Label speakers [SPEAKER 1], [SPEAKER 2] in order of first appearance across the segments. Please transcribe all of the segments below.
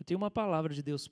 [SPEAKER 1] Tem uma palavra de Deus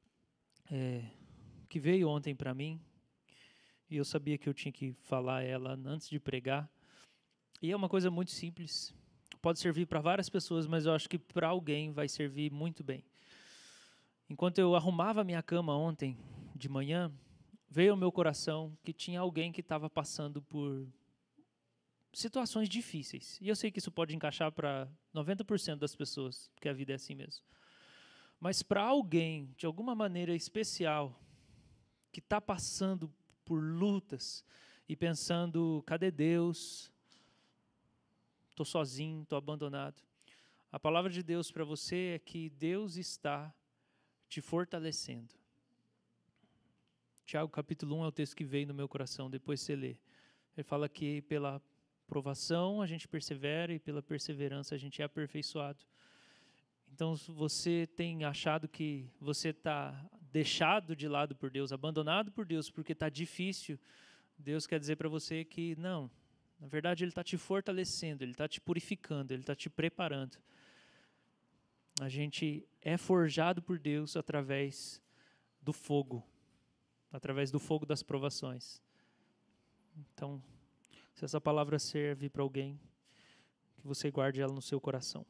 [SPEAKER 1] que veio ontem para mim, e eu sabia que eu tinha que falar ela antes de pregar. E é uma coisa muito simples. Pode servir para várias pessoas, mas eu acho que para alguém vai servir muito bem. Enquanto eu arrumava a minha cama ontem de manhã, veio ao meu coração que tinha alguém que estava passando por situações difíceis. E eu sei que isso pode encaixar para 90% das pessoas, porque a vida é assim mesmo. Mas para alguém, de alguma maneira especial, que está passando por lutas e pensando, cadê Deus? Estou sozinho, estou abandonado. A palavra de Deus para você é que Deus está te fortalecendo. Tiago capítulo 1 é o texto que veio no meu coração, depois você lê. Ele fala que pela provação a gente persevera e pela perseverança a gente é aperfeiçoado. Então, se você tem achado que você está deixado de lado por Deus, abandonado por Deus porque está difícil, Deus quer dizer para você que não. Na verdade, Ele está te fortalecendo, Ele está te purificando, Ele está te preparando. A gente é forjado por Deus através do fogo das provações. Então, se essa palavra serve para alguém, que você guarde ela no seu coração.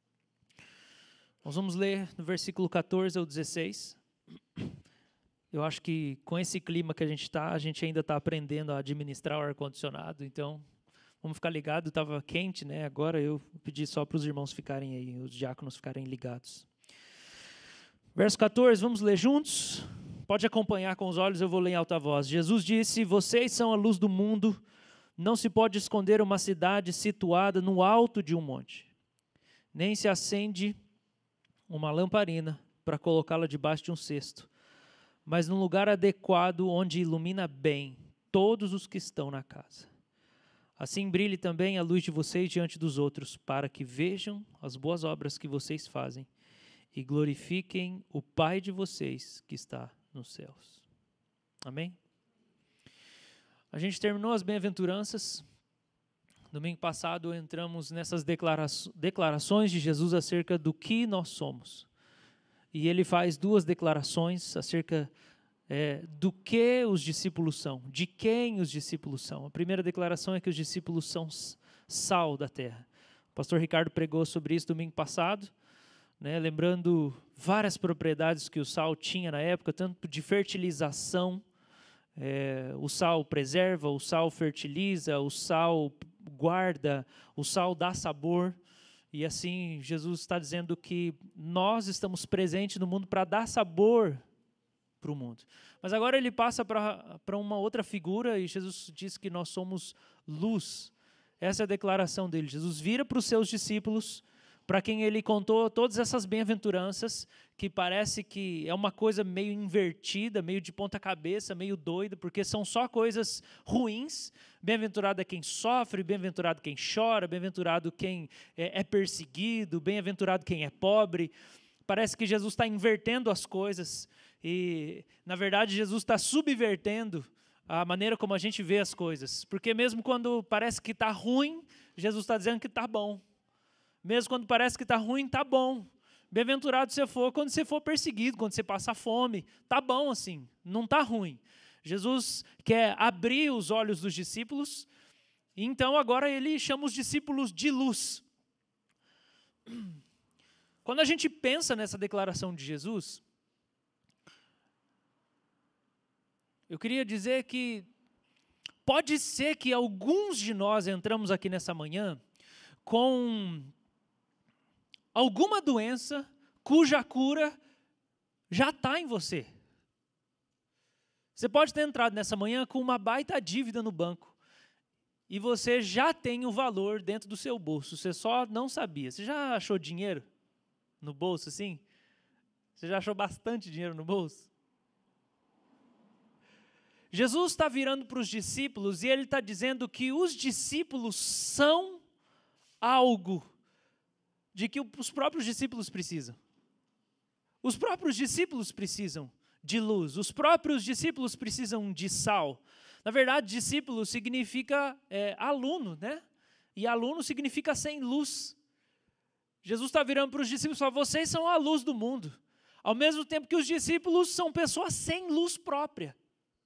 [SPEAKER 1] Nós vamos ler no versículo 14 ao 16. Eu acho que com esse clima que a gente ainda está aprendendo a administrar o ar-condicionado, então vamos ficar ligados. Estava quente, né? Agora eu pedi só para os irmãos ficarem aí, os diáconos ficarem ligados. Verso 14, vamos ler juntos? Pode acompanhar com os olhos, eu vou ler em alta voz. Jesus disse: vocês são a luz do mundo, não se pode esconder uma cidade situada no alto de um monte, nem se acende uma lamparina para colocá-la debaixo de um cesto, mas num lugar adequado onde ilumina bem todos os que estão na casa. Assim brilhe também a luz de vocês diante dos outros, para que vejam as boas obras que vocês fazem e glorifiquem o Pai de vocês que está nos céus. Amém? A gente terminou as bem-aventuranças. Domingo passado entramos nessas declarações de Jesus acerca do que nós somos. E ele faz duas declarações acerca do que os discípulos são, de quem os discípulos são. A primeira declaração é que os discípulos são sal da terra. O pastor Ricardo pregou sobre isso domingo passado, né, lembrando várias propriedades que o sal tinha na época, tanto de fertilização, o sal preserva, o sal fertiliza, o sal guarda, o sal dá sabor. E assim, Jesus está dizendo que nós estamos presentes no mundo para dar sabor para o mundo. Mas agora ele passa para uma outra figura e Jesus diz que nós somos luz. Essa é a declaração dele. Jesus vira para os seus discípulos, para quem ele contou todas essas bem-aventuranças, que parece que é uma coisa meio invertida, meio de ponta cabeça, meio doida, porque são só coisas ruins. Bem-aventurado é quem sofre, bem-aventurado quem chora, bem-aventurado quem é perseguido, bem-aventurado quem é pobre. Parece que Jesus está invertendo as coisas e, na verdade, Jesus está subvertendo a maneira como a gente vê as coisas. Porque mesmo quando parece que está ruim, Jesus está dizendo que está bom. Mesmo quando parece que está ruim, está bom. Bem-aventurado você for quando você for perseguido, quando você passar fome. Está bom assim, não está ruim. Jesus quer abrir os olhos dos discípulos, e então agora ele chama os discípulos de luz. Quando a gente pensa nessa declaração de Jesus, eu queria dizer que pode ser que alguns de nós entramos aqui nessa manhã com alguma doença cuja cura já está em você. Você pode ter entrado nessa manhã com uma baita dívida no banco e você já tem o valor dentro do seu bolso, você só não sabia. Você já achou dinheiro no bolso assim? Você já achou bastante dinheiro no bolso? Jesus está virando para os discípulos e ele está dizendo que os discípulos são algo de que os próprios discípulos precisam. Os próprios discípulos precisam de luz, os próprios discípulos precisam de sal. Na verdade, discípulo significa aluno, né? E aluno significa sem luz. Jesus está virando para os discípulos e fala: vocês são a luz do mundo. ao mesmo tempo que os discípulos são pessoas sem luz própria.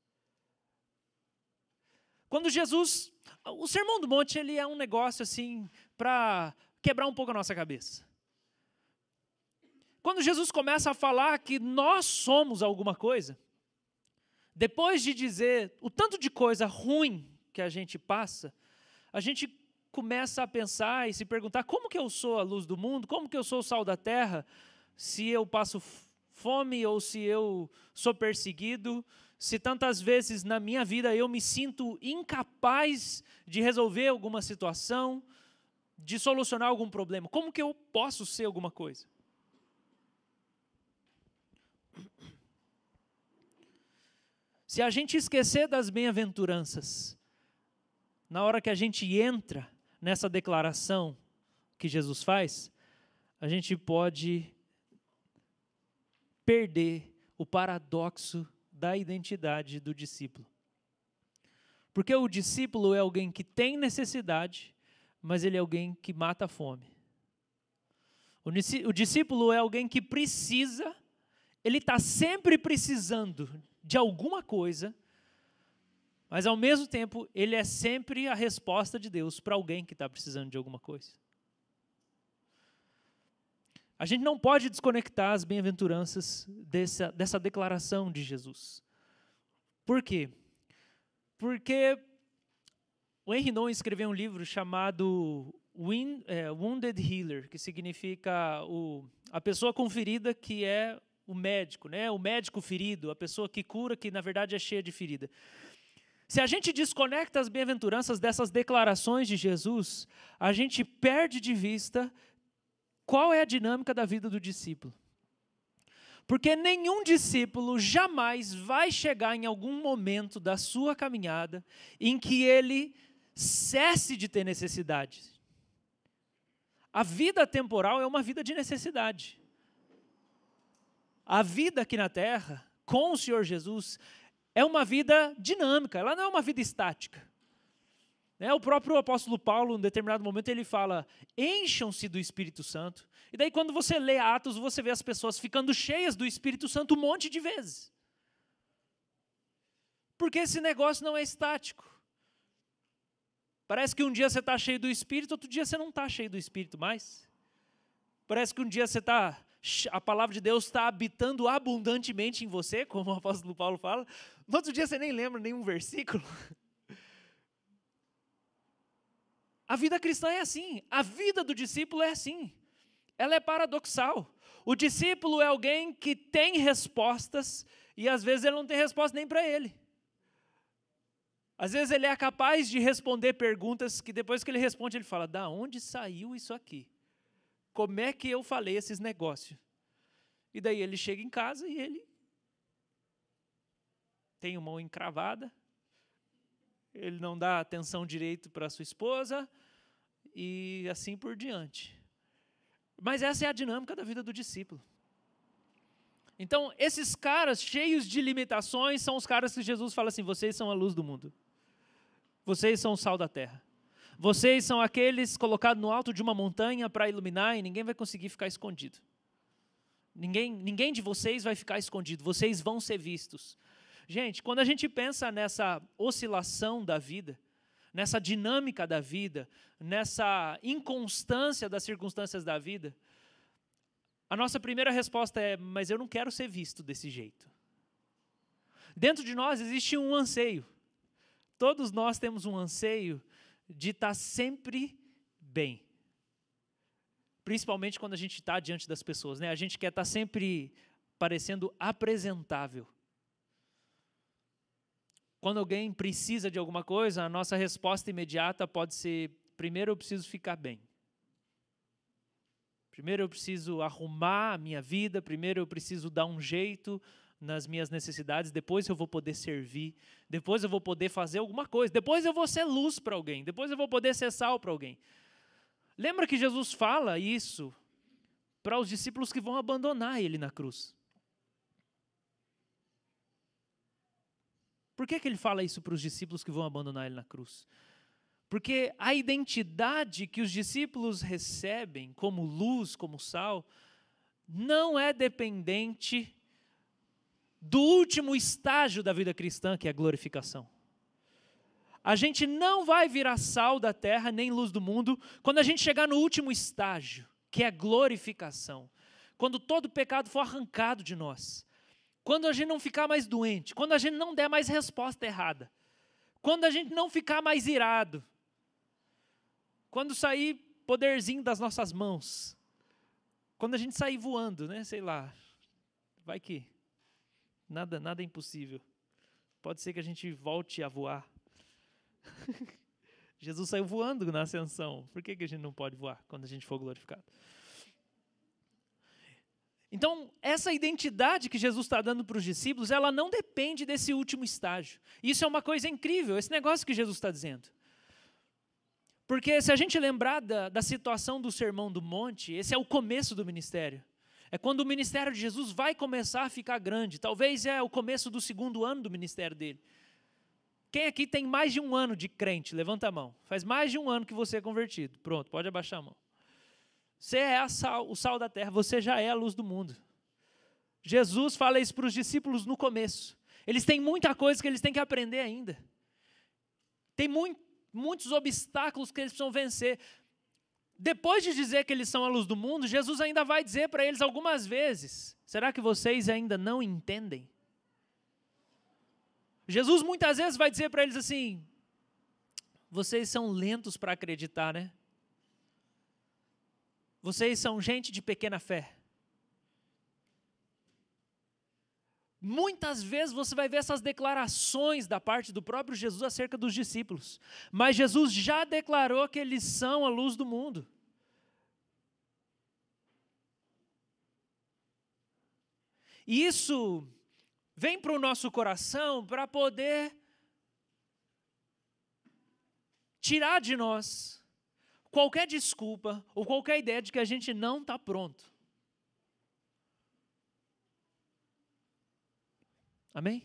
[SPEAKER 1] Quando Jesus, o Sermão do Monte, ele é um negócio assim para quebrar um pouco a nossa cabeça. Quando Jesus começa a falar que nós somos alguma coisa, depois de dizer o tanto de coisa ruim que a gente passa, a gente começa a pensar e se perguntar: como que eu sou a luz do mundo? Como que eu sou o sal da terra? Se eu passo fome ou se eu sou perseguido, se tantas vezes na minha vida eu me sinto incapaz de resolver alguma situação, de solucionar algum problema, como que eu posso ser alguma coisa? Se a gente esquecer das bem-aventuranças, na hora que a gente entra nessa declaração que Jesus faz, a gente pode perder o paradoxo da identidade do discípulo. Porque o discípulo é alguém que tem necessidade, mas ele é alguém que mata a fome. O discípulo é alguém que precisa, ele está sempre precisando de alguma coisa, mas ao mesmo tempo ele é sempre a resposta de Deus para alguém que está precisando de alguma coisa. A gente não pode desconectar as bem-aventuranças dessa declaração de Jesus. Por quê? Porque o Henry Nouwen escreveu um livro chamado Wounded Healer, que significa a pessoa com ferida, que é o médico, né? O médico ferido, a pessoa que cura, que na verdade é cheia de ferida. Se a gente desconecta as bem-aventuranças dessas declarações de Jesus, a gente perde de vista qual é a dinâmica da vida do discípulo. Porque nenhum discípulo jamais vai chegar em algum momento da sua caminhada em que ele cesse de ter necessidade. A vida temporal é uma vida de necessidade. A vida aqui na terra, com o Senhor Jesus, é uma vida dinâmica, ela não é uma vida estática. O próprio apóstolo Paulo, em determinado momento, ele fala: encham-se do Espírito Santo. E daí quando você lê Atos, você vê as pessoas ficando cheias do Espírito Santo um monte de vezes. Porque esse negócio não é estático. Parece que um dia você está cheio do Espírito, outro dia você não está cheio do Espírito mais. Parece que um dia a palavra de Deus está habitando abundantemente em você, como o apóstolo Paulo fala. No outro dia você nem lembra nenhum versículo. A vida cristã é assim, a vida do discípulo é assim, ela é paradoxal. O discípulo é alguém que tem respostas e às vezes ele não tem resposta nem para ele. Às vezes ele é capaz de responder perguntas que depois que ele responde ele fala: da onde saiu isso aqui? Como é que eu falei esses negócios? E daí ele chega em casa e ele tem uma mão encravada, ele não dá atenção direito para sua esposa e assim por diante. Mas essa é a dinâmica da vida do discípulo. Então, esses caras cheios de limitações são os caras que Jesus fala assim: vocês são a luz do mundo. Vocês são o sal da terra. Vocês são aqueles colocados no alto de uma montanha para iluminar e ninguém vai conseguir ficar escondido. Ninguém de vocês vai ficar escondido, vocês vão ser vistos. Gente, quando a gente pensa nessa oscilação da vida, nessa dinâmica da vida, nessa inconstância das circunstâncias da vida, a nossa primeira resposta é: mas eu não quero ser visto desse jeito. Dentro de nós existe um anseio. Todos nós temos um anseio de estar sempre bem. Principalmente quando a gente está diante das pessoas, né? A gente quer estar sempre parecendo apresentável. Quando alguém precisa de alguma coisa, a nossa resposta imediata pode ser: primeiro eu preciso ficar bem. Primeiro eu preciso arrumar a minha vida, primeiro eu preciso dar um jeito nas minhas necessidades, depois eu vou poder servir, depois eu vou poder fazer alguma coisa, depois eu vou ser luz para alguém, depois eu vou poder ser sal para alguém. Lembra que Jesus fala isso para os discípulos que vão abandonar ele na cruz. Por que ele fala isso para os discípulos que vão abandonar ele na cruz? Porque a identidade que os discípulos recebem como luz, como sal, não é dependente do último estágio da vida cristã, que é a glorificação. A gente não vai virar sal da terra, nem luz do mundo, quando a gente chegar no último estágio, que é a glorificação. Quando todo o pecado for arrancado de nós. Quando a gente não ficar mais doente. Quando a gente não der mais resposta errada. Quando a gente não ficar mais irado. Quando sair poderzinho das nossas mãos. Quando a gente sair voando, né? Sei lá. Vai que nada é impossível. Pode ser que a gente volte a voar. Jesus saiu voando na ascensão. Por que a gente não pode voar quando a gente for glorificado? Então, essa identidade que Jesus está dando para os discípulos, ela não depende desse último estágio. Isso é uma coisa incrível, esse negócio que Jesus está dizendo. Porque se a gente lembrar da situação do Sermão do Monte, esse é o começo do ministério. É quando o ministério de Jesus vai começar a ficar grande. Talvez é o começo do 2º ano do ministério dele. Quem aqui tem mais de 1 ano de crente? Levanta a mão. Faz mais de 1 ano que você é convertido. Pronto, pode abaixar a mão. Você é o sal da terra, você já é a luz do mundo. Jesus fala isso para os discípulos no começo. Eles têm muita coisa que eles têm que aprender ainda. Tem muitos obstáculos que eles precisam vencer. Depois de dizer que eles são a luz do mundo, Jesus ainda vai dizer para eles algumas vezes: será que vocês ainda não entendem? Jesus muitas vezes vai dizer para eles assim: vocês são lentos para acreditar, né? Vocês são gente de pequena fé. Muitas vezes você vai ver essas declarações da parte do próprio Jesus acerca dos discípulos. Mas Jesus já declarou que eles são a luz do mundo. E isso vem para o nosso coração para poder tirar de nós qualquer desculpa ou qualquer ideia de que a gente não está pronto. Amém?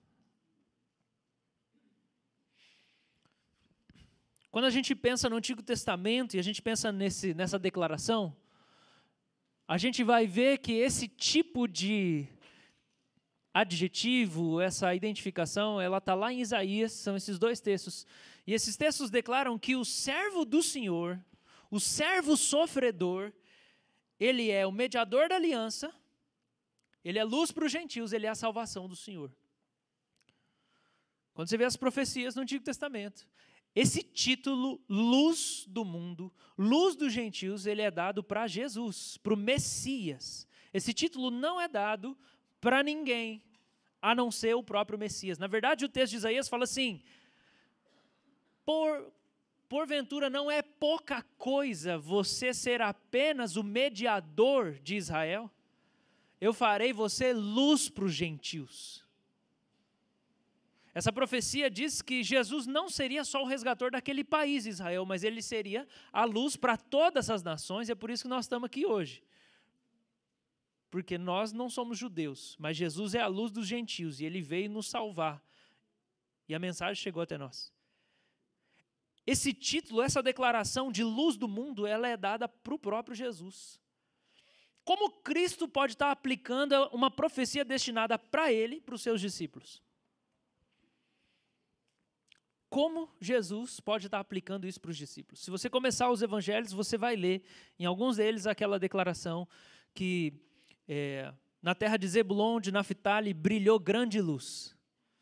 [SPEAKER 1] Quando a gente pensa no Antigo Testamento e a gente pensa nessa declaração, a gente vai ver que esse tipo de adjetivo, essa identificação, ela está lá em Isaías, são esses 2 textos. E esses textos declaram que o servo do Senhor, o servo sofredor, ele é o mediador da aliança, ele é luz para os gentios, ele é a salvação do Senhor. Quando você vê as profecias no Antigo Testamento, esse título, luz do mundo, luz dos gentios, ele é dado para Jesus, para o Messias. Esse título não é dado para ninguém, a não ser o próprio Messias. Na verdade, o texto de Isaías fala assim: porventura não é pouca coisa você ser apenas o mediador de Israel? Eu farei você luz para os gentios. Essa profecia diz que Jesus não seria só o resgator daquele país, Israel, mas ele seria a luz para todas as nações, e é por isso que nós estamos aqui hoje. Porque nós não somos judeus, mas Jesus é a luz dos gentios, e ele veio nos salvar. E a mensagem chegou até nós. Esse título, essa declaração de luz do mundo, ela é dada para o próprio Jesus. Como Cristo pode estar aplicando uma profecia destinada para ele, para os seus discípulos? Como Jesus pode estar aplicando isso para os discípulos? Se você começar os evangelhos, você vai ler em alguns deles aquela declaração que na terra de Zebulon, de Naftali, brilhou grande luz.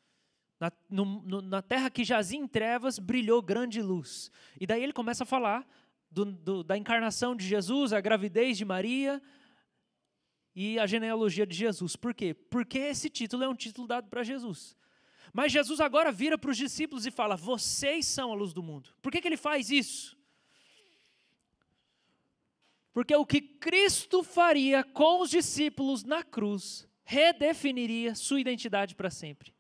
[SPEAKER 1] Na terra que jazia em trevas, brilhou grande luz. E daí ele começa a falar da encarnação de Jesus, a gravidez de Maria e a genealogia de Jesus. Por quê? Porque esse título é um título dado para Jesus. Mas Jesus agora vira para os discípulos e fala: vocês são a luz do mundo. Por que ele faz isso? Porque o que Cristo faria com os discípulos na cruz redefiniria sua identidade para sempre.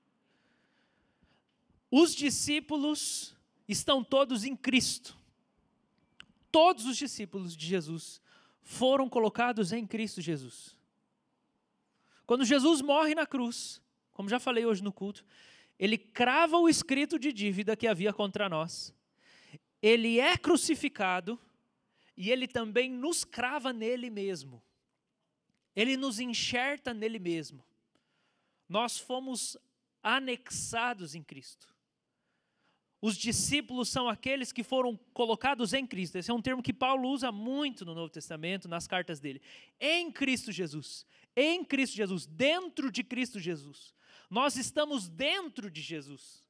[SPEAKER 1] Os discípulos estão todos em Cristo. Todos os discípulos de Jesus foram colocados em Cristo Jesus. Quando Jesus morre na cruz, como já falei hoje no culto, ele crava o escrito de dívida que havia contra nós. Ele é crucificado e ele também nos crava nele mesmo. Ele nos enxerta nele mesmo. Nós fomos anexados em Cristo. Os discípulos são aqueles que foram colocados em Cristo. Esse é um termo que Paulo usa muito no Novo Testamento, nas cartas dele. Em Cristo Jesus. Em Cristo Jesus. Dentro de Cristo Jesus. Nós estamos dentro de Jesus.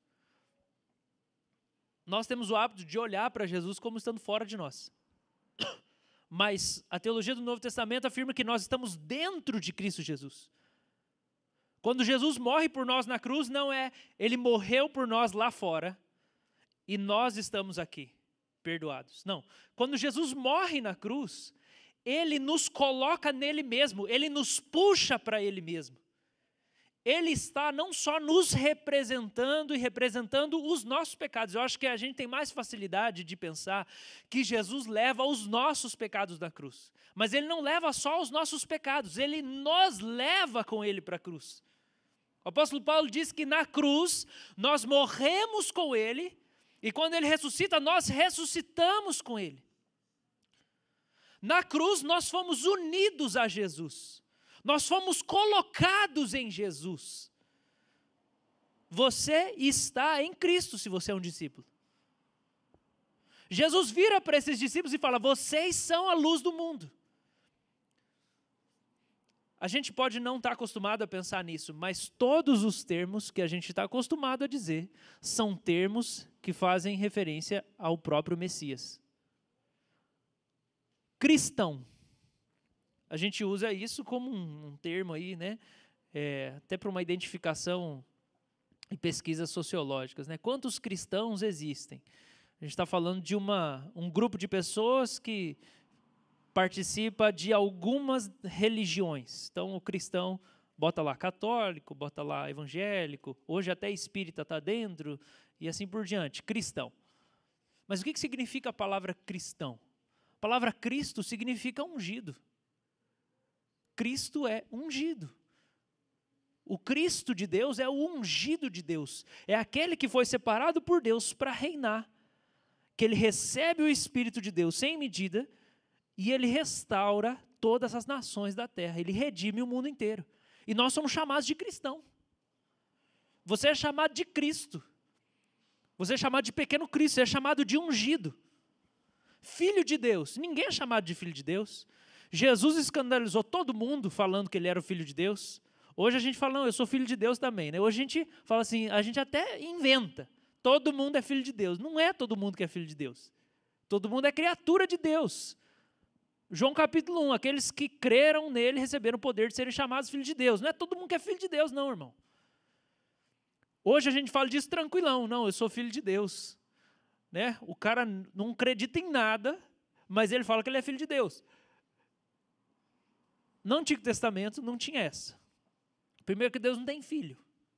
[SPEAKER 1] Nós temos o hábito de olhar para Jesus como estando fora de nós. Mas a teologia do Novo Testamento afirma que nós estamos dentro de Cristo Jesus. Quando Jesus morre por nós na cruz, não é ele morreu por nós lá fora e nós estamos aqui, perdoados. Não. Quando Jesus morre na cruz, ele nos coloca nele mesmo, ele nos puxa para ele mesmo. Ele está não só nos representando e representando os nossos pecados. Eu acho que a gente tem mais facilidade de pensar que Jesus leva os nossos pecados na cruz. Mas ele não leva só os nossos pecados, ele nos leva com ele para a cruz. O apóstolo Paulo diz que na cruz nós morremos com ele e quando ele ressuscita, nós ressuscitamos com ele. Na cruz nós fomos unidos a Jesus. Nós fomos colocados em Jesus. Você está em Cristo se você é um discípulo. Jesus vira para esses discípulos e fala: vocês são a luz do mundo. A gente pode não estar acostumado a pensar nisso, mas todos os termos que a gente está acostumado a dizer são termos que fazem referência ao próprio Messias. Cristão. A gente usa isso como um termo aí, né? Até para uma identificação e pesquisas sociológicas, né? Quantos cristãos existem? A gente está falando de um grupo de pessoas que participa de algumas religiões. Então, o cristão bota lá católico, bota lá evangélico, hoje até espírita está dentro, e assim por diante, cristão. Mas o que significa a palavra cristão? A palavra Cristo significa ungido. Cristo é ungido. O Cristo de Deus é o ungido de Deus. É aquele que foi separado por Deus para reinar. Que ele recebe o Espírito de Deus sem medida e ele restaura todas as nações da terra. Ele redime o mundo inteiro. E nós somos chamados de cristão. Você é chamado de Cristo. Você é chamado de pequeno Cristo. Você é chamado de ungido. Filho de Deus. Ninguém é chamado de filho de Deus. Jesus escandalizou todo mundo falando que ele era o Filho de Deus. Hoje a gente fala, não, eu sou filho de Deus também. Né? Hoje a gente fala assim, a gente até inventa. Todo mundo é filho de Deus. Não é todo mundo que é filho de Deus. Todo mundo é criatura de Deus. João capítulo 1, aqueles que creram nele receberam o poder de serem chamados filhos de Deus. Não é todo mundo que é filho de Deus, não, irmão. Hoje a gente fala disso tranquilão. Não, eu sou filho de Deus. Né? O cara não acredita em nada, mas ele fala que ele é filho de Deus. No Antigo Testamento não tinha essa. Primeiro que Deus não tem filho.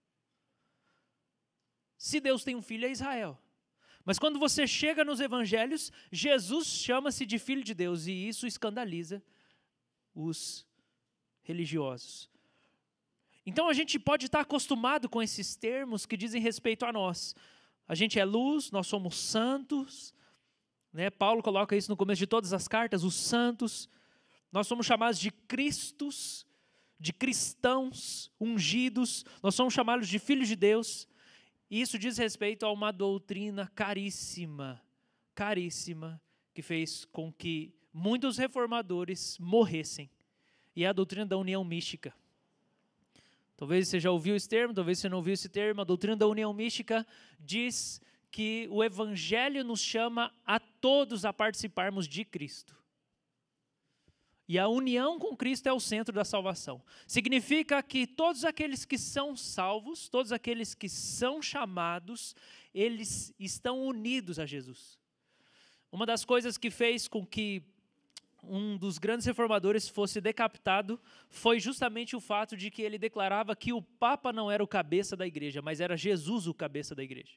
[SPEAKER 1] Se Deus tem um filho, é Israel. Mas quando você chega nos evangelhos, Jesus chama-se de filho de Deus e isso escandaliza os religiosos. Então a gente pode estar acostumado com esses termos que dizem respeito a nós. A gente é luz, nós somos santos. Né? Paulo coloca isso no começo de todas as cartas, os santos. Nós somos chamados de cristos, de cristãos ungidos. Nós somos chamados de filhos de Deus. E isso diz respeito a uma doutrina caríssima, caríssima, que fez com que muitos reformadores morressem. E é a doutrina da união mística. Talvez você já ouviu esse termo, talvez você não ouviu esse termo. A doutrina da união mística diz que o Evangelho nos chama a todos a participarmos de Cristo. E a união com Cristo é o centro da salvação. Significa que todos aqueles que são salvos, todos aqueles que são chamados, eles estão unidos a Jesus. Uma das coisas que fez com que um dos grandes reformadores fosse decapitado foi justamente o fato de que ele declarava que o Papa não era o cabeça da igreja, mas era Jesus o cabeça da igreja.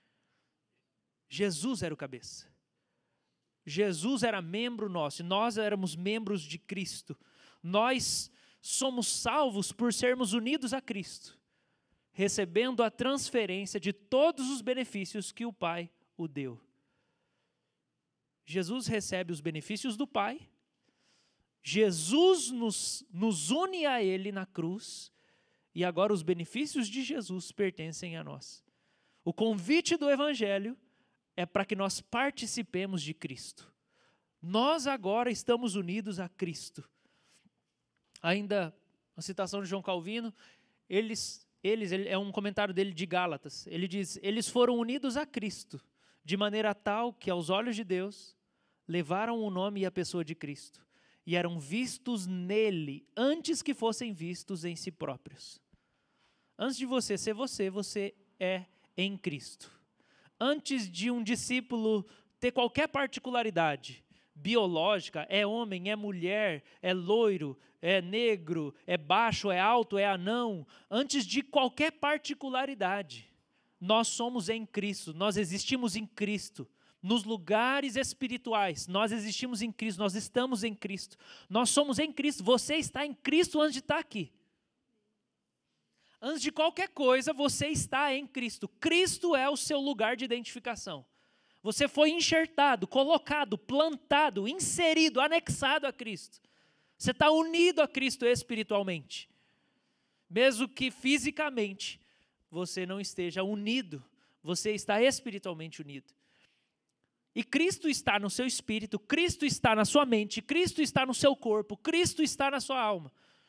[SPEAKER 1] Jesus era o cabeça. Jesus era membro nosso, nós éramos membros de Cristo. Nós somos salvos por sermos unidos a Cristo, recebendo a transferência de todos os benefícios que o Pai o deu. Jesus recebe os benefícios do Pai Jesus nos une a Ele na cruz, e agora os benefícios de Jesus pertencem a nós. O convite do Evangelho é para que nós participemos de Cristo. Nós agora estamos unidos a Cristo. Ainda, a citação de João Calvino, é um comentário dele de Gálatas. Ele diz, eles foram unidos a Cristo, de maneira tal que aos olhos de Deus, levaram o nome e a pessoa de Cristo, e eram vistos nele, antes que fossem vistos em si próprios. Antes de você ser você é em Cristo. Antes de um discípulo ter qualquer particularidade biológica, é homem, é mulher, é loiro, é negro, é baixo, é alto, é anão, antes de qualquer particularidade, nós somos em Cristo, nós existimos em Cristo. Nos lugares espirituais, nós existimos em Cristo, nós estamos em Cristo, nós somos em Cristo, você está em Cristo antes de estar aqui. Antes de qualquer coisa, você está em Cristo. Cristo é o seu lugar de identificação. Você foi enxertado, colocado, plantado, inserido, anexado a Cristo. Você está unido a Cristo espiritualmente. Mesmo que fisicamente você não esteja unido, você está espiritualmente unido. E Cristo está no seu espírito, Cristo está na sua mente, Cristo está no seu corpo, Cristo está na sua alma.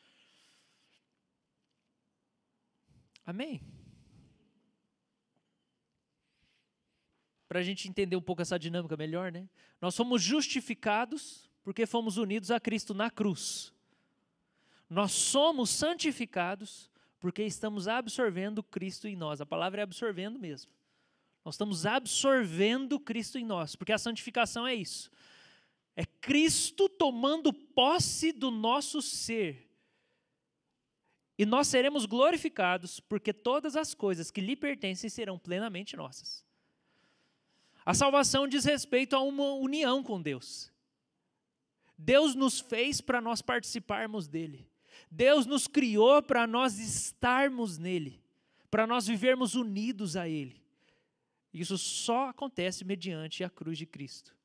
[SPEAKER 1] Amém? Para a gente entender um pouco essa dinâmica melhor, né? Nós fomos justificados porque fomos unidos a Cristo na cruz. Nós somos santificados porque estamos absorvendo Cristo em nós. A palavra é absorvendo mesmo. Nós estamos absorvendo Cristo em nós, porque a santificação é isso. É Cristo tomando posse do nosso ser. E nós seremos glorificados, porque todas as coisas que lhe pertencem serão plenamente nossas. A salvação diz respeito a uma união com Deus. Deus nos fez para nós participarmos dele. Deus nos criou para nós estarmos nele, para nós vivermos unidos a ele. Isso só acontece mediante a cruz de Cristo.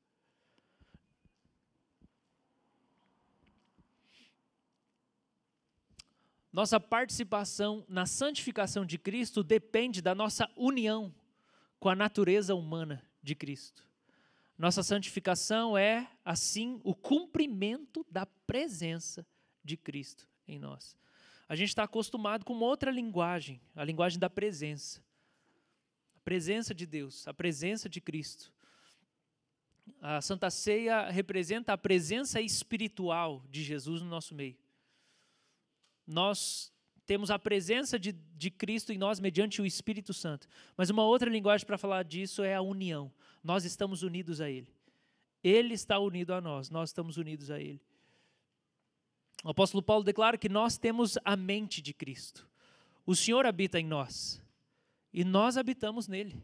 [SPEAKER 1] Nossa participação na santificação de Cristo depende da nossa união com a natureza humana de Cristo. Nossa santificação é, assim, o cumprimento da presença de Cristo em nós. A gente está acostumado com uma outra linguagem, a linguagem da presença. A presença de Deus, a presença de Cristo. A Santa Ceia representa a presença espiritual de Jesus no nosso meio. Nós temos a presença de Cristo em nós mediante o Espírito Santo. Mas uma outra linguagem para falar disso é a união. Nós estamos unidos a Ele. Ele está unido a nós, nós estamos unidos a Ele. O apóstolo Paulo declara que nós temos a mente de Cristo. O Senhor habita em nós e nós habitamos nele.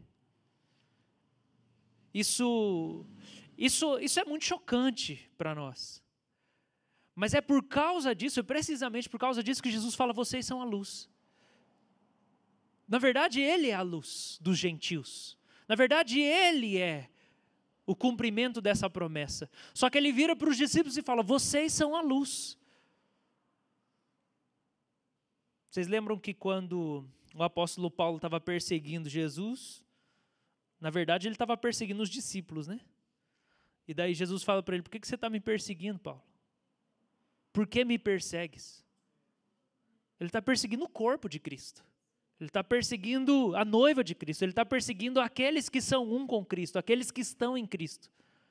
[SPEAKER 1] Isso é muito chocante para nós. Mas é por causa disso, é precisamente por causa disso que Jesus fala, vocês são a luz. Na verdade, Ele é a luz dos gentios. Na verdade, Ele é o cumprimento dessa promessa. Só que Ele vira para os discípulos e fala, vocês são a luz. Vocês lembram que quando o apóstolo Paulo estava perseguindo Jesus, na verdade, ele estava perseguindo os discípulos, né? E daí Jesus fala para ele, por que você está me perseguindo, Paulo? Por que me persegues? Ele está perseguindo o corpo de Cristo. Ele está perseguindo a noiva de Cristo. Ele está perseguindo aqueles que são um com Cristo, aqueles que estão em Cristo.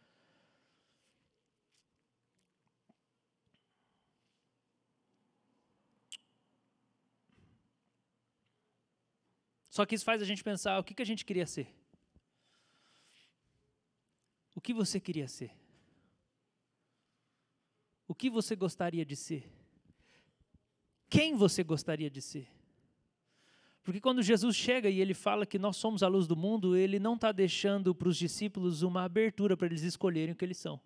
[SPEAKER 1] Só que isso faz a gente pensar, o que a gente queria ser? O que você queria ser? O que você gostaria de ser? Quem você gostaria de ser? Porque quando Jesus chega e ele fala que nós somos a luz do mundo, ele não está deixando para os discípulos uma abertura para eles escolherem o que eles são.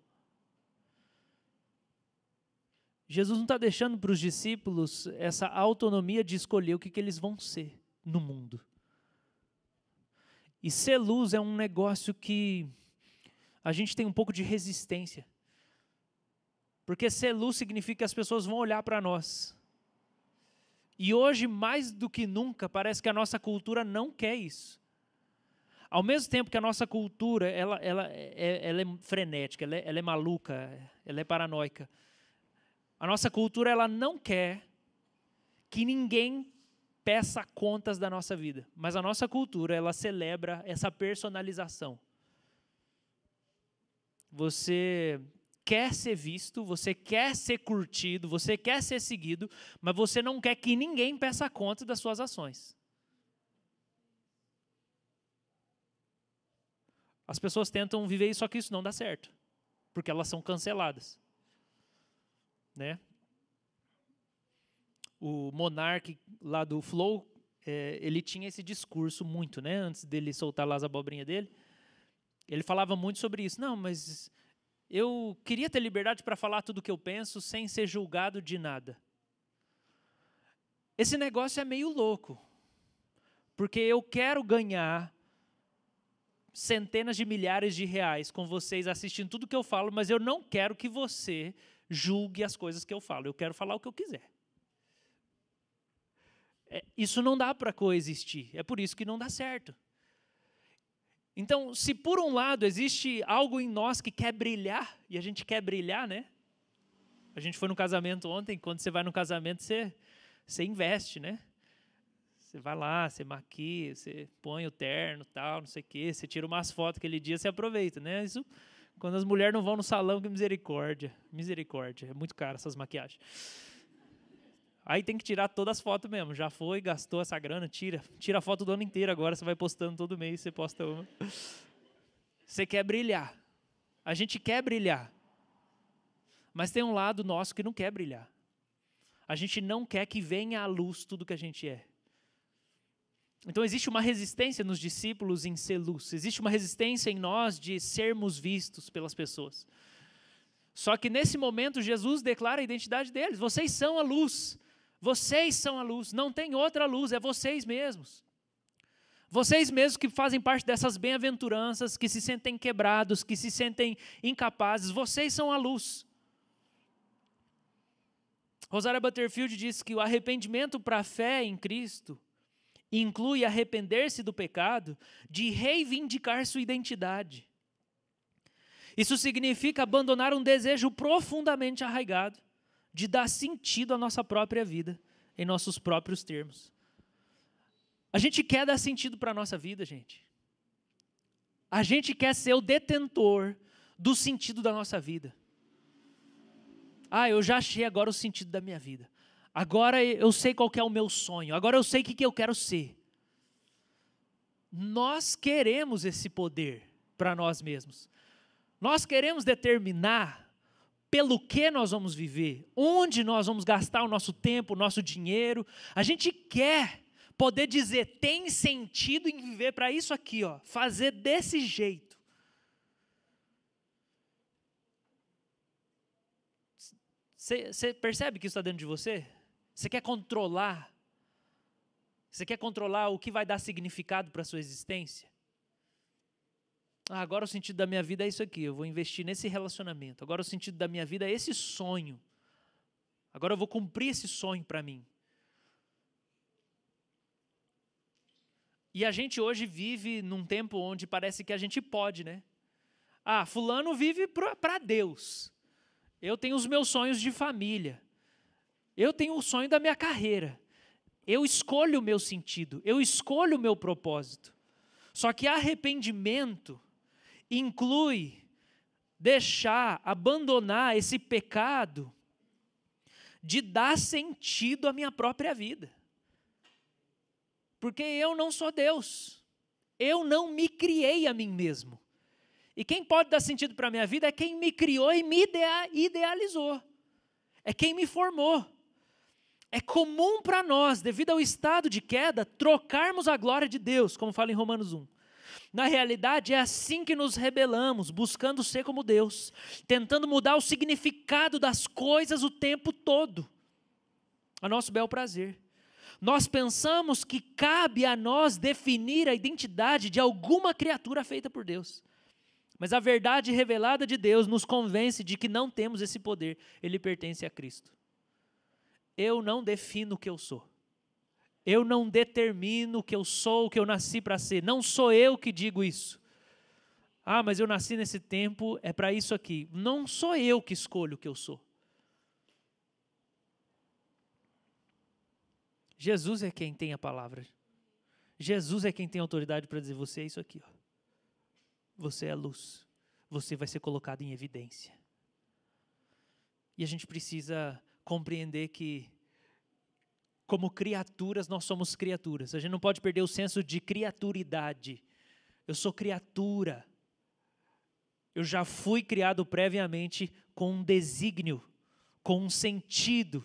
[SPEAKER 1] Jesus não está deixando para os discípulos essa autonomia de escolher o que eles vão ser no mundo. E ser luz é um negócio que a gente tem um pouco de resistência. Porque ser luz significa que as pessoas vão olhar para nós. E hoje, mais do que nunca, parece que a nossa cultura não quer isso. Ao mesmo tempo que a nossa cultura ela é frenética, ela é maluca, ela é paranoica. A nossa cultura ela não quer que ninguém peça contas da nossa vida. Mas a nossa cultura ela celebra essa personalização. Você quer ser visto, você quer ser curtido, você quer ser seguido, mas você não quer que ninguém peça conta das suas ações. As pessoas tentam viver isso, só que isso não dá certo, porque elas são canceladas. Né? O Monark lá do Flow, ele tinha esse discurso muito, né? Antes dele soltar lá as abobrinhas dele, ele falava muito sobre isso. Não, mas eu queria ter liberdade para falar tudo o que eu penso sem ser julgado de nada. Esse negócio é meio louco, porque eu quero ganhar centenas de milhares de reais com vocês assistindo tudo que eu falo, mas eu não quero que você julgue as coisas que eu falo. Eu quero falar o que eu quiser. Isso não dá para coexistir. É por isso que não dá certo. Então, se por um lado existe algo em nós que quer brilhar, e a gente quer brilhar, né? A gente foi no casamento ontem, quando você vai no casamento, você investe, né? Você vai lá, você maquia, você põe o terno, tal, não sei o quê, você tira umas fotos aquele dia, você aproveita, né? Isso, quando as mulheres não vão no salão, que misericórdia. Misericórdia, é muito caro essas maquiagens. Aí tem que tirar todas as fotos mesmo. Já foi, gastou essa grana, tira a foto do ano inteiro agora, você vai postando todo mês, você posta uma. Você quer brilhar. A gente quer brilhar. Mas tem um lado nosso que não quer brilhar. A gente não quer que venha à luz tudo que a gente é. Então existe uma resistência nos discípulos em ser luz. Existe uma resistência em nós de sermos vistos pelas pessoas. Só que nesse momento Jesus declara a identidade deles. Vocês são a luz. Vocês são a luz. Não tem outra luz, é vocês mesmos. Vocês mesmos que fazem parte dessas bem-aventuranças, que se sentem quebrados, que se sentem incapazes. Vocês são a luz. Rosária Butterfield diz que o arrependimento para a fé em Cristo inclui arrepender-se do pecado, de reivindicar sua identidade. Isso significa abandonar um desejo profundamente arraigado de dar sentido à nossa própria vida, em nossos próprios termos. A gente quer dar sentido para a nossa vida, gente. A gente quer ser o detentor do sentido da nossa vida. Eu já achei agora o sentido da minha vida. Agora eu sei qual que é o meu sonho. Agora eu sei o que eu quero ser. Nós queremos esse poder para nós mesmos. Nós queremos determinar pelo que nós vamos viver, onde nós vamos gastar o nosso tempo, o nosso dinheiro. A gente quer poder dizer, tem sentido em viver para isso aqui, ó, fazer desse jeito. Você percebe que isso está dentro de você? Você quer controlar? Você quer controlar o que vai dar significado para a sua existência? Agora o sentido da minha vida é isso aqui, eu vou investir nesse relacionamento. Agora o sentido da minha vida é esse sonho. Agora eu vou cumprir esse sonho para mim. E a gente hoje vive num tempo onde parece que a gente pode, né? Fulano vive para Deus. Eu tenho os meus sonhos de família. Eu tenho o sonho da minha carreira. Eu escolho o meu sentido. Eu escolho o meu propósito. Só que arrependimento inclui abandonar esse pecado de dar sentido à minha própria vida. Porque eu não sou Deus. Eu não me criei a mim mesmo. E quem pode dar sentido para a minha vida é quem me criou e me idealizou. É quem me formou. É comum para nós, devido ao estado de queda, trocarmos a glória de Deus, como fala em Romanos 1. Na realidade, é assim que nos rebelamos, buscando ser como Deus, tentando mudar o significado das coisas o tempo todo, a nosso bel prazer. Nós pensamos que cabe a nós definir a identidade de alguma criatura feita por Deus. Mas a verdade revelada de Deus nos convence de que não temos esse poder. Ele pertence a Cristo. Eu não defino o que eu sou. Eu não determino o que eu sou, o que eu nasci para ser. Não sou eu que digo isso. Ah, mas eu nasci nesse tempo, é para isso aqui. Não sou eu que escolho o que eu sou. Jesus é quem tem a palavra. Jesus é quem tem autoridade para dizer, você é isso aqui. Ó. Você é a luz. Você vai ser colocado em evidência. E a gente precisa compreender que, como criaturas, nós somos criaturas. A gente não pode perder o senso de criaturidade. Eu sou criatura. Eu já fui criado previamente com um desígnio, com um sentido.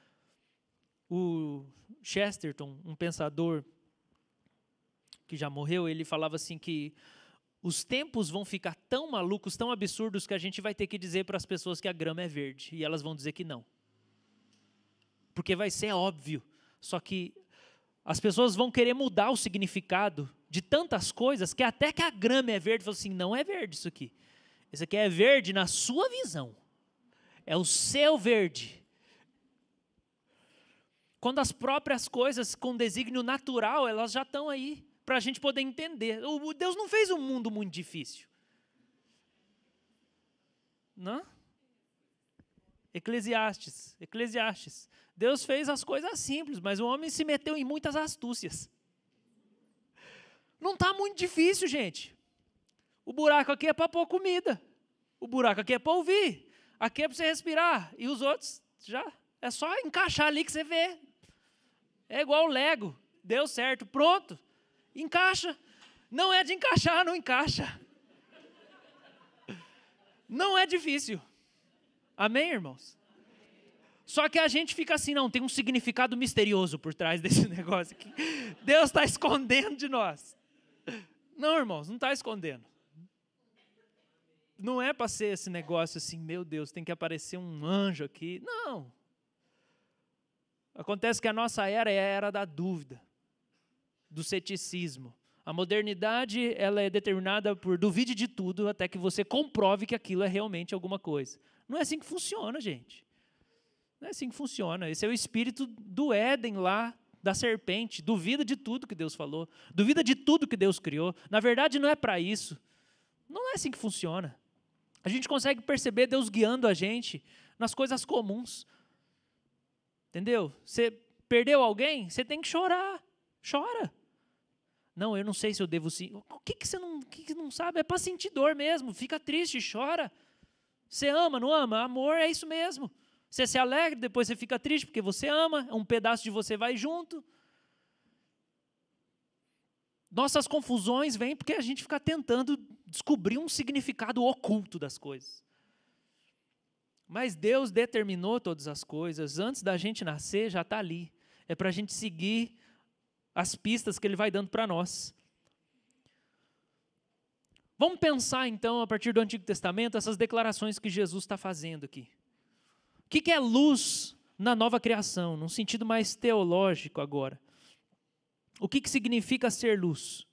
[SPEAKER 1] O Chesterton, um pensador que já morreu, ele falava assim que os tempos vão ficar tão malucos, tão absurdos, que a gente vai ter que dizer para as pessoas que a grama é verde, e elas vão dizer que não. Porque vai ser óbvio, só que as pessoas vão querer mudar o significado de tantas coisas, que até que a grama é verde, falam assim, não é verde isso aqui. Isso aqui é verde na sua visão. É o seu verde. Quando as próprias coisas com desígnio natural, elas já estão aí, para a gente poder entender. Deus não fez um mundo muito difícil. Não? Eclesiastes. Deus fez as coisas simples, mas o homem se meteu em muitas astúcias. Não está muito difícil, gente. O buraco aqui é para pôr comida. O buraco aqui é para ouvir. Aqui é para você respirar. E os outros, já é só encaixar ali que você vê. É igual o Lego. Deu certo, pronto. Encaixa. Não é de encaixar, não encaixa. Não é difícil. Amém, irmãos? Só que a gente fica assim, não, tem um significado misterioso por trás desse negócio aqui. Deus está escondendo de nós. Não, irmãos, não está escondendo. Não é para ser esse negócio assim, meu Deus, tem que aparecer um anjo aqui. Não. Acontece que a nossa era é a era da dúvida, do ceticismo. A modernidade, ela é determinada por duvide de tudo até que você comprove que aquilo é realmente alguma coisa. Não é assim que funciona, gente. Não é assim que funciona. Esse é o espírito do Éden lá, da serpente. Duvida de tudo que Deus falou. Duvida de tudo que Deus criou. Na verdade, não é para isso. Não é assim que funciona. A gente consegue perceber Deus guiando a gente nas coisas comuns. Entendeu? Você perdeu alguém, você tem que chorar. Chora. Não, eu não sei se eu devo sim. O que você não sabe? É para sentir dor mesmo. Fica triste, chora. Você ama, não ama? Amor é isso mesmo. Você se alegra, depois você fica triste porque você ama. Um pedaço de você vai junto. Nossas confusões vêm porque a gente fica tentando descobrir um significado oculto das coisas. Mas Deus determinou todas as coisas. Antes da gente nascer, já está ali. É para a gente seguir as pistas que Ele vai dando para nós. Vamos pensar, então, a partir do Antigo Testamento, essas declarações que Jesus está fazendo aqui. O que é luz na nova criação, num sentido mais teológico agora? O que significa ser luz?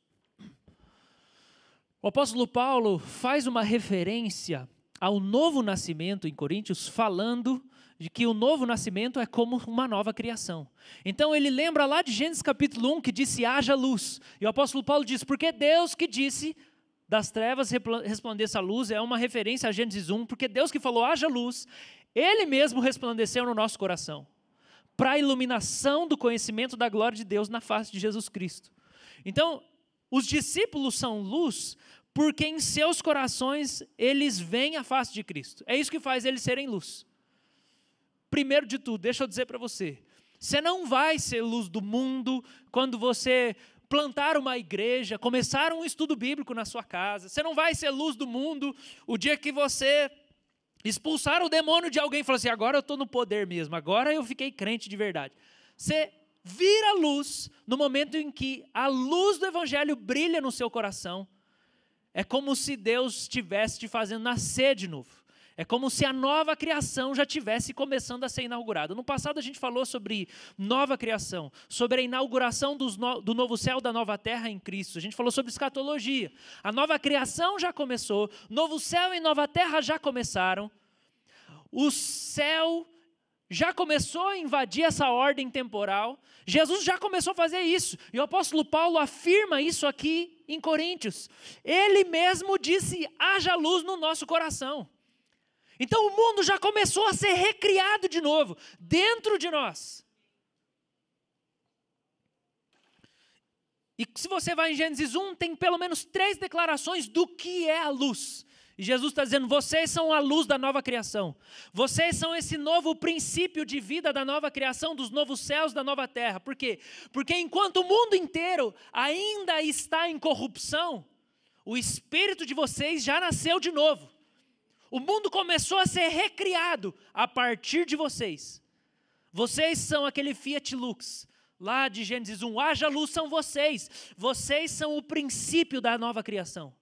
[SPEAKER 1] O apóstolo Paulo faz uma referência ao novo nascimento em Coríntios, falando de que o novo nascimento é como uma nova criação. Então ele lembra lá de Gênesis capítulo 1, que disse, haja luz. E o apóstolo Paulo diz, porque Deus que disse, das trevas resplandeça a luz, é uma referência a Gênesis 1, porque Deus que falou, haja luz, Ele mesmo resplandeceu no nosso coração, para a iluminação do conhecimento da glória de Deus na face de Jesus Cristo. Então, os discípulos são luz, porque em seus corações eles veem a face de Cristo. É isso que faz eles serem luz. Primeiro de tudo, deixa eu dizer para você, você não vai ser luz do mundo quando você plantar uma igreja, começar um estudo bíblico na sua casa. Você não vai ser luz do mundo o dia que você expulsar o demônio de alguém e falar assim, agora eu estou no poder mesmo, agora eu fiquei crente de verdade. Você vira luz no momento em que a luz do evangelho brilha no seu coração. É como se Deus estivesse te fazendo nascer de novo. É como se a nova criação já tivesse começando a ser inaugurada. No passado a gente falou sobre nova criação, sobre a inauguração do novo céu, da nova terra em Cristo. A gente falou sobre escatologia. A nova criação já começou, novo céu e nova terra já começaram. O céu já começou a invadir essa ordem temporal. Jesus já começou a fazer isso. E o apóstolo Paulo afirma isso aqui em Coríntios. Ele mesmo disse: haja luz no nosso coração. Então o mundo já começou a ser recriado de novo, dentro de nós. E se você vai em Gênesis 1, tem pelo menos 3 declarações do que é a luz. E Jesus está dizendo: vocês são a luz da nova criação. Vocês são esse novo princípio de vida da nova criação, dos novos céus, da nova terra. Por quê? Porque enquanto o mundo inteiro ainda está em corrupção, o espírito de vocês já nasceu de novo. O mundo começou a ser recriado a partir de vocês. Vocês são aquele Fiat Lux, lá de Gênesis 1. Haja luz são vocês. Vocês são o princípio da nova criação.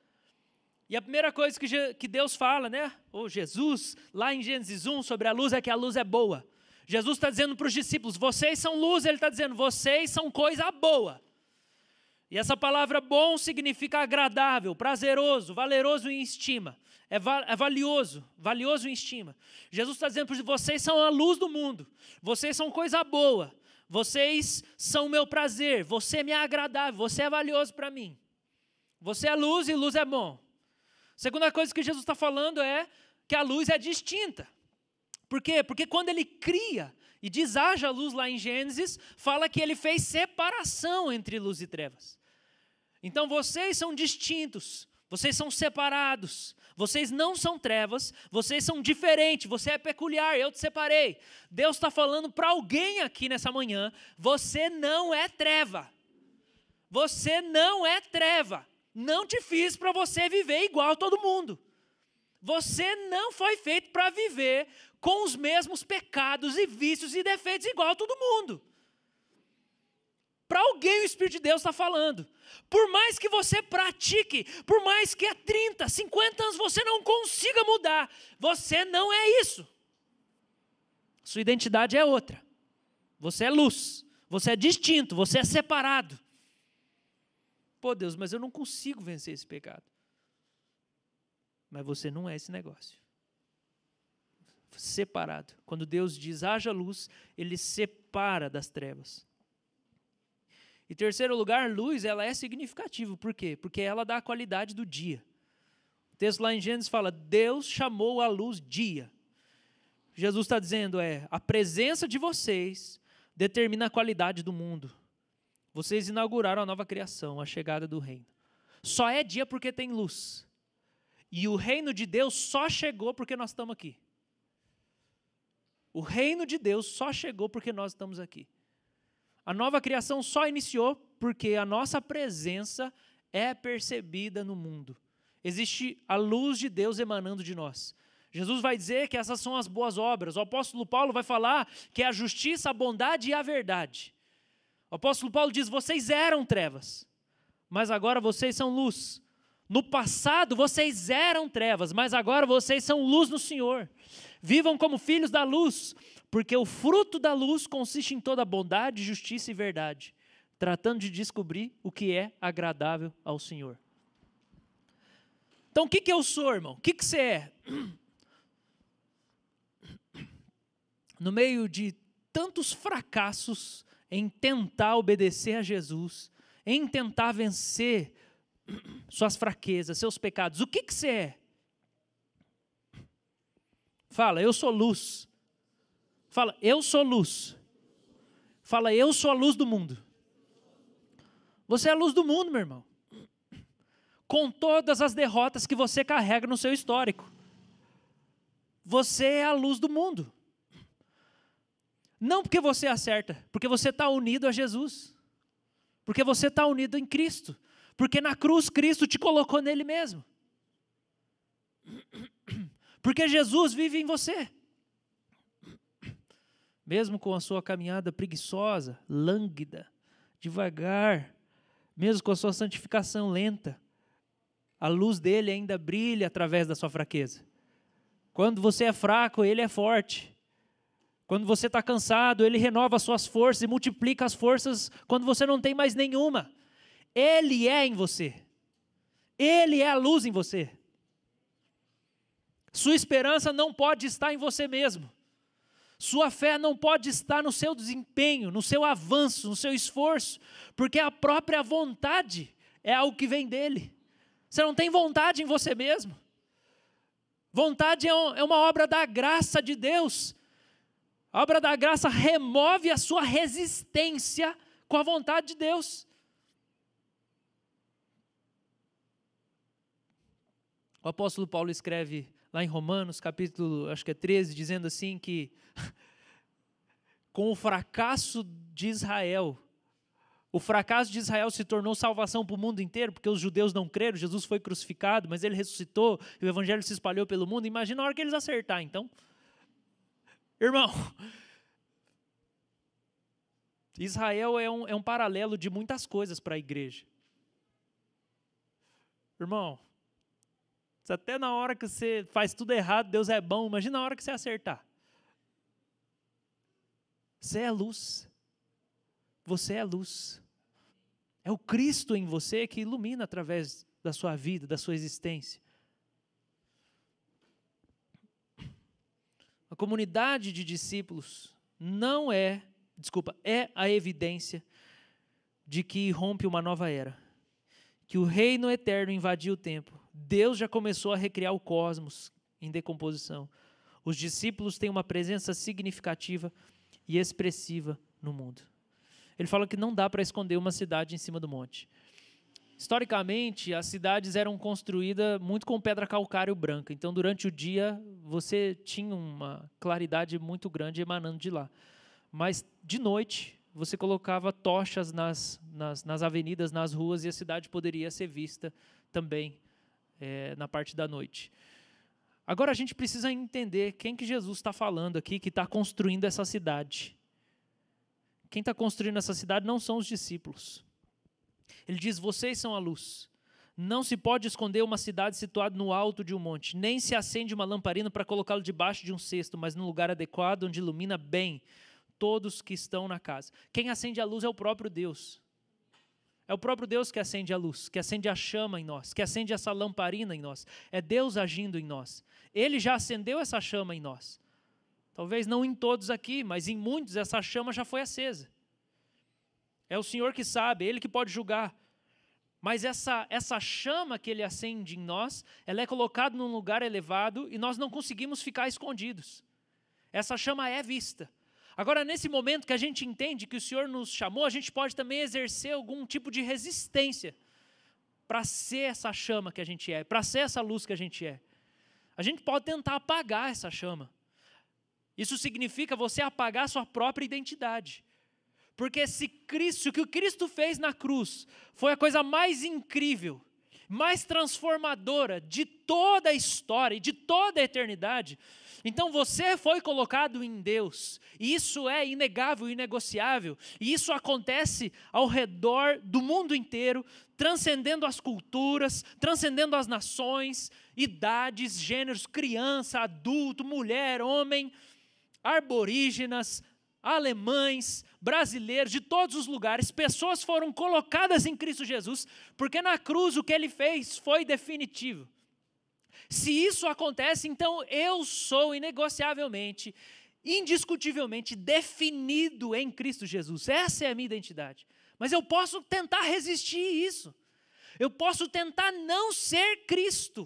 [SPEAKER 1] E a primeira coisa que Deus fala, né? Ou Jesus, lá em Gênesis 1, sobre a luz, é que a luz é boa. Jesus está dizendo para os discípulos: vocês são luz. Ele está dizendo: vocês são coisa boa. E essa palavra bom significa agradável, prazeroso, valeroso em estima. É valioso em estima. Jesus está dizendo para vocês: são a luz do mundo. Vocês são coisa boa. Vocês são o meu prazer. Você é agradável. Você é valioso para mim. Você é luz e luz é bom. Segunda coisa que Jesus está falando é que a luz é distinta. Por quê? Porque quando ele cria e diz haja luz lá em Gênesis, fala que ele fez separação entre luz e trevas. Então vocês são distintos, vocês são separados, vocês não são trevas, vocês são diferentes, você é peculiar, eu te separei. Deus está falando para alguém aqui nessa manhã: você não é treva. Você não é treva. Não te fiz para você viver igual a todo mundo. Você não foi feito para viver com os mesmos pecados e vícios e defeitos igual a todo mundo. Para alguém o Espírito de Deus está falando. Por mais que você pratique, por mais que há 30, 50 anos você não consiga mudar, você não é isso. Sua identidade é outra. Você é luz, você é distinto, você é separado. Pô, Deus, mas eu não consigo vencer esse pecado. Mas você não é esse negócio. Separado. Quando Deus diz haja luz, Ele separa das trevas. Em terceiro lugar, luz, ela é significativa. Por quê? Porque ela dá a qualidade do dia. O texto lá em Gênesis fala: Deus chamou a luz dia. Jesus está dizendo a presença de vocês determina a qualidade do mundo. Vocês inauguraram a nova criação, a chegada do reino. Só é dia porque tem luz. E o reino de Deus só chegou porque nós estamos aqui. O reino de Deus só chegou porque nós estamos aqui. A nova criação só iniciou porque a nossa presença é percebida no mundo. Existe a luz de Deus emanando de nós. Jesus vai dizer que essas são as boas obras. O apóstolo Paulo vai falar que é a justiça, a bondade e a verdade. O apóstolo Paulo diz: vocês eram trevas, mas agora vocês são luz. No passado vocês eram trevas, mas agora vocês são luz no Senhor. Vivam como filhos da luz, porque o fruto da luz consiste em toda bondade, justiça e verdade, tratando de descobrir o que é agradável ao Senhor. Então o que eu sou, irmão? O que você é? No meio de tantos fracassos em tentar obedecer a Jesus, em tentar vencer suas fraquezas, seus pecados, o que você é? Fala: eu sou luz. Fala: eu sou luz. Fala: eu sou a luz do mundo. Você é a luz do mundo, meu irmão. Com todas as derrotas que você carrega no seu histórico. Você é a luz do mundo. Não porque você acerta, porque você está unido a Jesus. Porque você está unido em Cristo. Porque na cruz Cristo te colocou nele mesmo. Porque Jesus vive em você. Mesmo com a sua caminhada preguiçosa, lânguida, devagar, mesmo com a sua santificação lenta, a luz dele ainda brilha através da sua fraqueza. Quando você é fraco, Ele é forte. Quando você está cansado, Ele renova as suas forças e multiplica as forças quando você não tem mais nenhuma. Ele é em você. Ele é a luz em você. Sua esperança não pode estar em você mesmo. Sua fé não pode estar no seu desempenho, no seu avanço, no seu esforço, porque a própria vontade é algo que vem dele. Você não tem vontade em você mesmo. Vontade é uma obra da graça de Deus. A obra da graça remove a sua resistência com a vontade de Deus. O apóstolo Paulo escreve lá em Romanos, capítulo, acho que é 13, dizendo assim que com o fracasso de Israel, o fracasso de Israel se tornou salvação para o mundo inteiro, porque os judeus não creram, Jesus foi crucificado, mas ele ressuscitou, e o evangelho se espalhou pelo mundo. Imagina a hora que eles acertar, então. Irmão, Israel é um paralelo de muitas coisas para a igreja. Irmão, até na hora que você faz tudo errado, Deus é bom, imagina a hora que você acertar. Você é luz. Você é luz. É o Cristo em você que ilumina através da sua vida, da sua existência. A comunidade de discípulos é a evidência de que rompe uma nova era. Que o reino eterno invadiu o tempo. Deus já começou a recriar o cosmos em decomposição. Os discípulos têm uma presença significativa e expressiva no mundo. Ele fala que não dá para esconder uma cidade em cima do monte. Historicamente, as cidades eram construídas muito com pedra calcário branca. Então, durante o dia, você tinha uma claridade muito grande emanando de lá. Mas, de noite, você colocava tochas nas avenidas, nas ruas, e a cidade poderia ser vista também na parte da noite. Agora, a gente precisa entender quem que Jesus está falando aqui, que está construindo essa cidade. Quem está construindo essa cidade não são os discípulos. Ele diz, vocês são a luz. Não se pode esconder uma cidade situada no alto de um monte, nem se acende uma lamparina para colocá-la debaixo de um cesto, mas no lugar adequado, onde ilumina bem todos que estão na casa. Quem acende a luz é o próprio Deus. É o próprio Deus que acende a luz, que acende a chama em nós, que acende essa lamparina em nós. É Deus agindo em nós. Ele já acendeu essa chama em nós. Talvez não em todos aqui, mas em muitos essa chama já foi acesa. É o Senhor que sabe, Ele que pode julgar. Mas essa chama que Ele acende em nós, ela é colocada num lugar elevado e nós não conseguimos ficar escondidos. Essa chama é vista. Agora, nesse momento que a gente entende que o Senhor nos chamou, a gente pode também exercer algum tipo de resistência para ser essa chama que a gente é, para ser essa luz que a gente é. A gente pode tentar apagar essa chama. Isso significa você apagar a sua própria identidade. Porque se o que o Cristo fez na cruz foi a coisa mais incrível, mais transformadora de toda a história e de toda a eternidade, então você foi colocado em Deus, e isso é inegável e inegociável, e isso acontece ao redor do mundo inteiro, transcendendo as culturas, transcendendo as nações, idades, gêneros, criança, adulto, mulher, homem, aborígenas, alemães, brasileiros, de todos os lugares, pessoas foram colocadas em Cristo Jesus, porque na cruz o que Ele fez foi definitivo. Se isso acontece, então eu sou inegociavelmente, indiscutivelmente definido em Cristo Jesus. Essa é a minha identidade. Mas eu posso tentar resistir isso. Eu posso tentar não ser Cristo.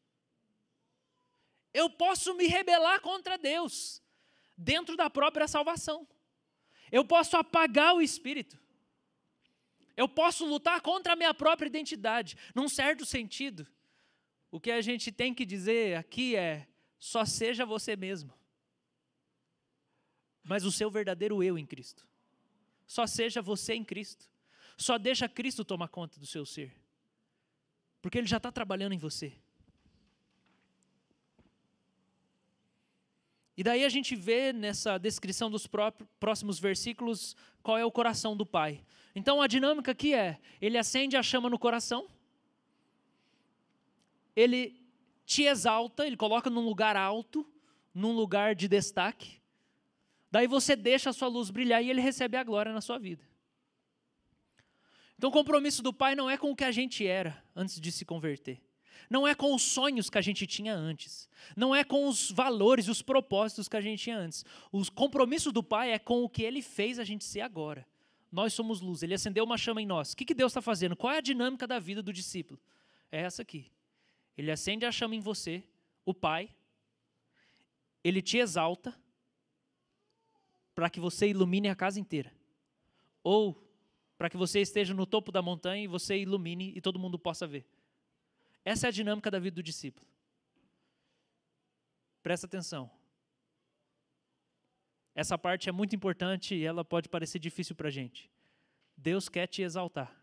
[SPEAKER 1] Eu posso me rebelar contra Deus, dentro da própria salvação. Eu posso apagar o Espírito. Eu posso lutar contra a minha própria identidade. Num certo sentido, o que a gente tem que dizer aqui é, só seja você mesmo. Mas o seu verdadeiro eu em Cristo. Só seja você em Cristo. Só deixa Cristo tomar conta do seu ser. Porque Ele já está trabalhando em você. E daí a gente vê nessa descrição dos próximos versículos qual é o coração do Pai. Então a dinâmica aqui é, Ele acende a chama no coração, Ele te exalta, Ele coloca num lugar alto, num lugar de destaque. Daí você deixa a sua luz brilhar e Ele recebe a glória na sua vida. Então o compromisso do Pai não é com o que a gente era antes de se converter. Não é com os sonhos que a gente tinha antes. Não é com os valores, os propósitos que a gente tinha antes. O compromisso do Pai é com o que Ele fez a gente ser agora. Nós somos luz, Ele acendeu uma chama em nós. O que Deus está fazendo? Qual é a dinâmica da vida do discípulo? É essa aqui. Ele acende a chama em você, o Pai. Ele te exalta para que você ilumine a casa inteira. Ou para que você esteja no topo da montanha e você ilumine e todo mundo possa ver. Essa é a dinâmica da vida do discípulo. Presta atenção. Essa parte é muito importante e ela pode parecer difícil para a gente. Deus quer te exaltar.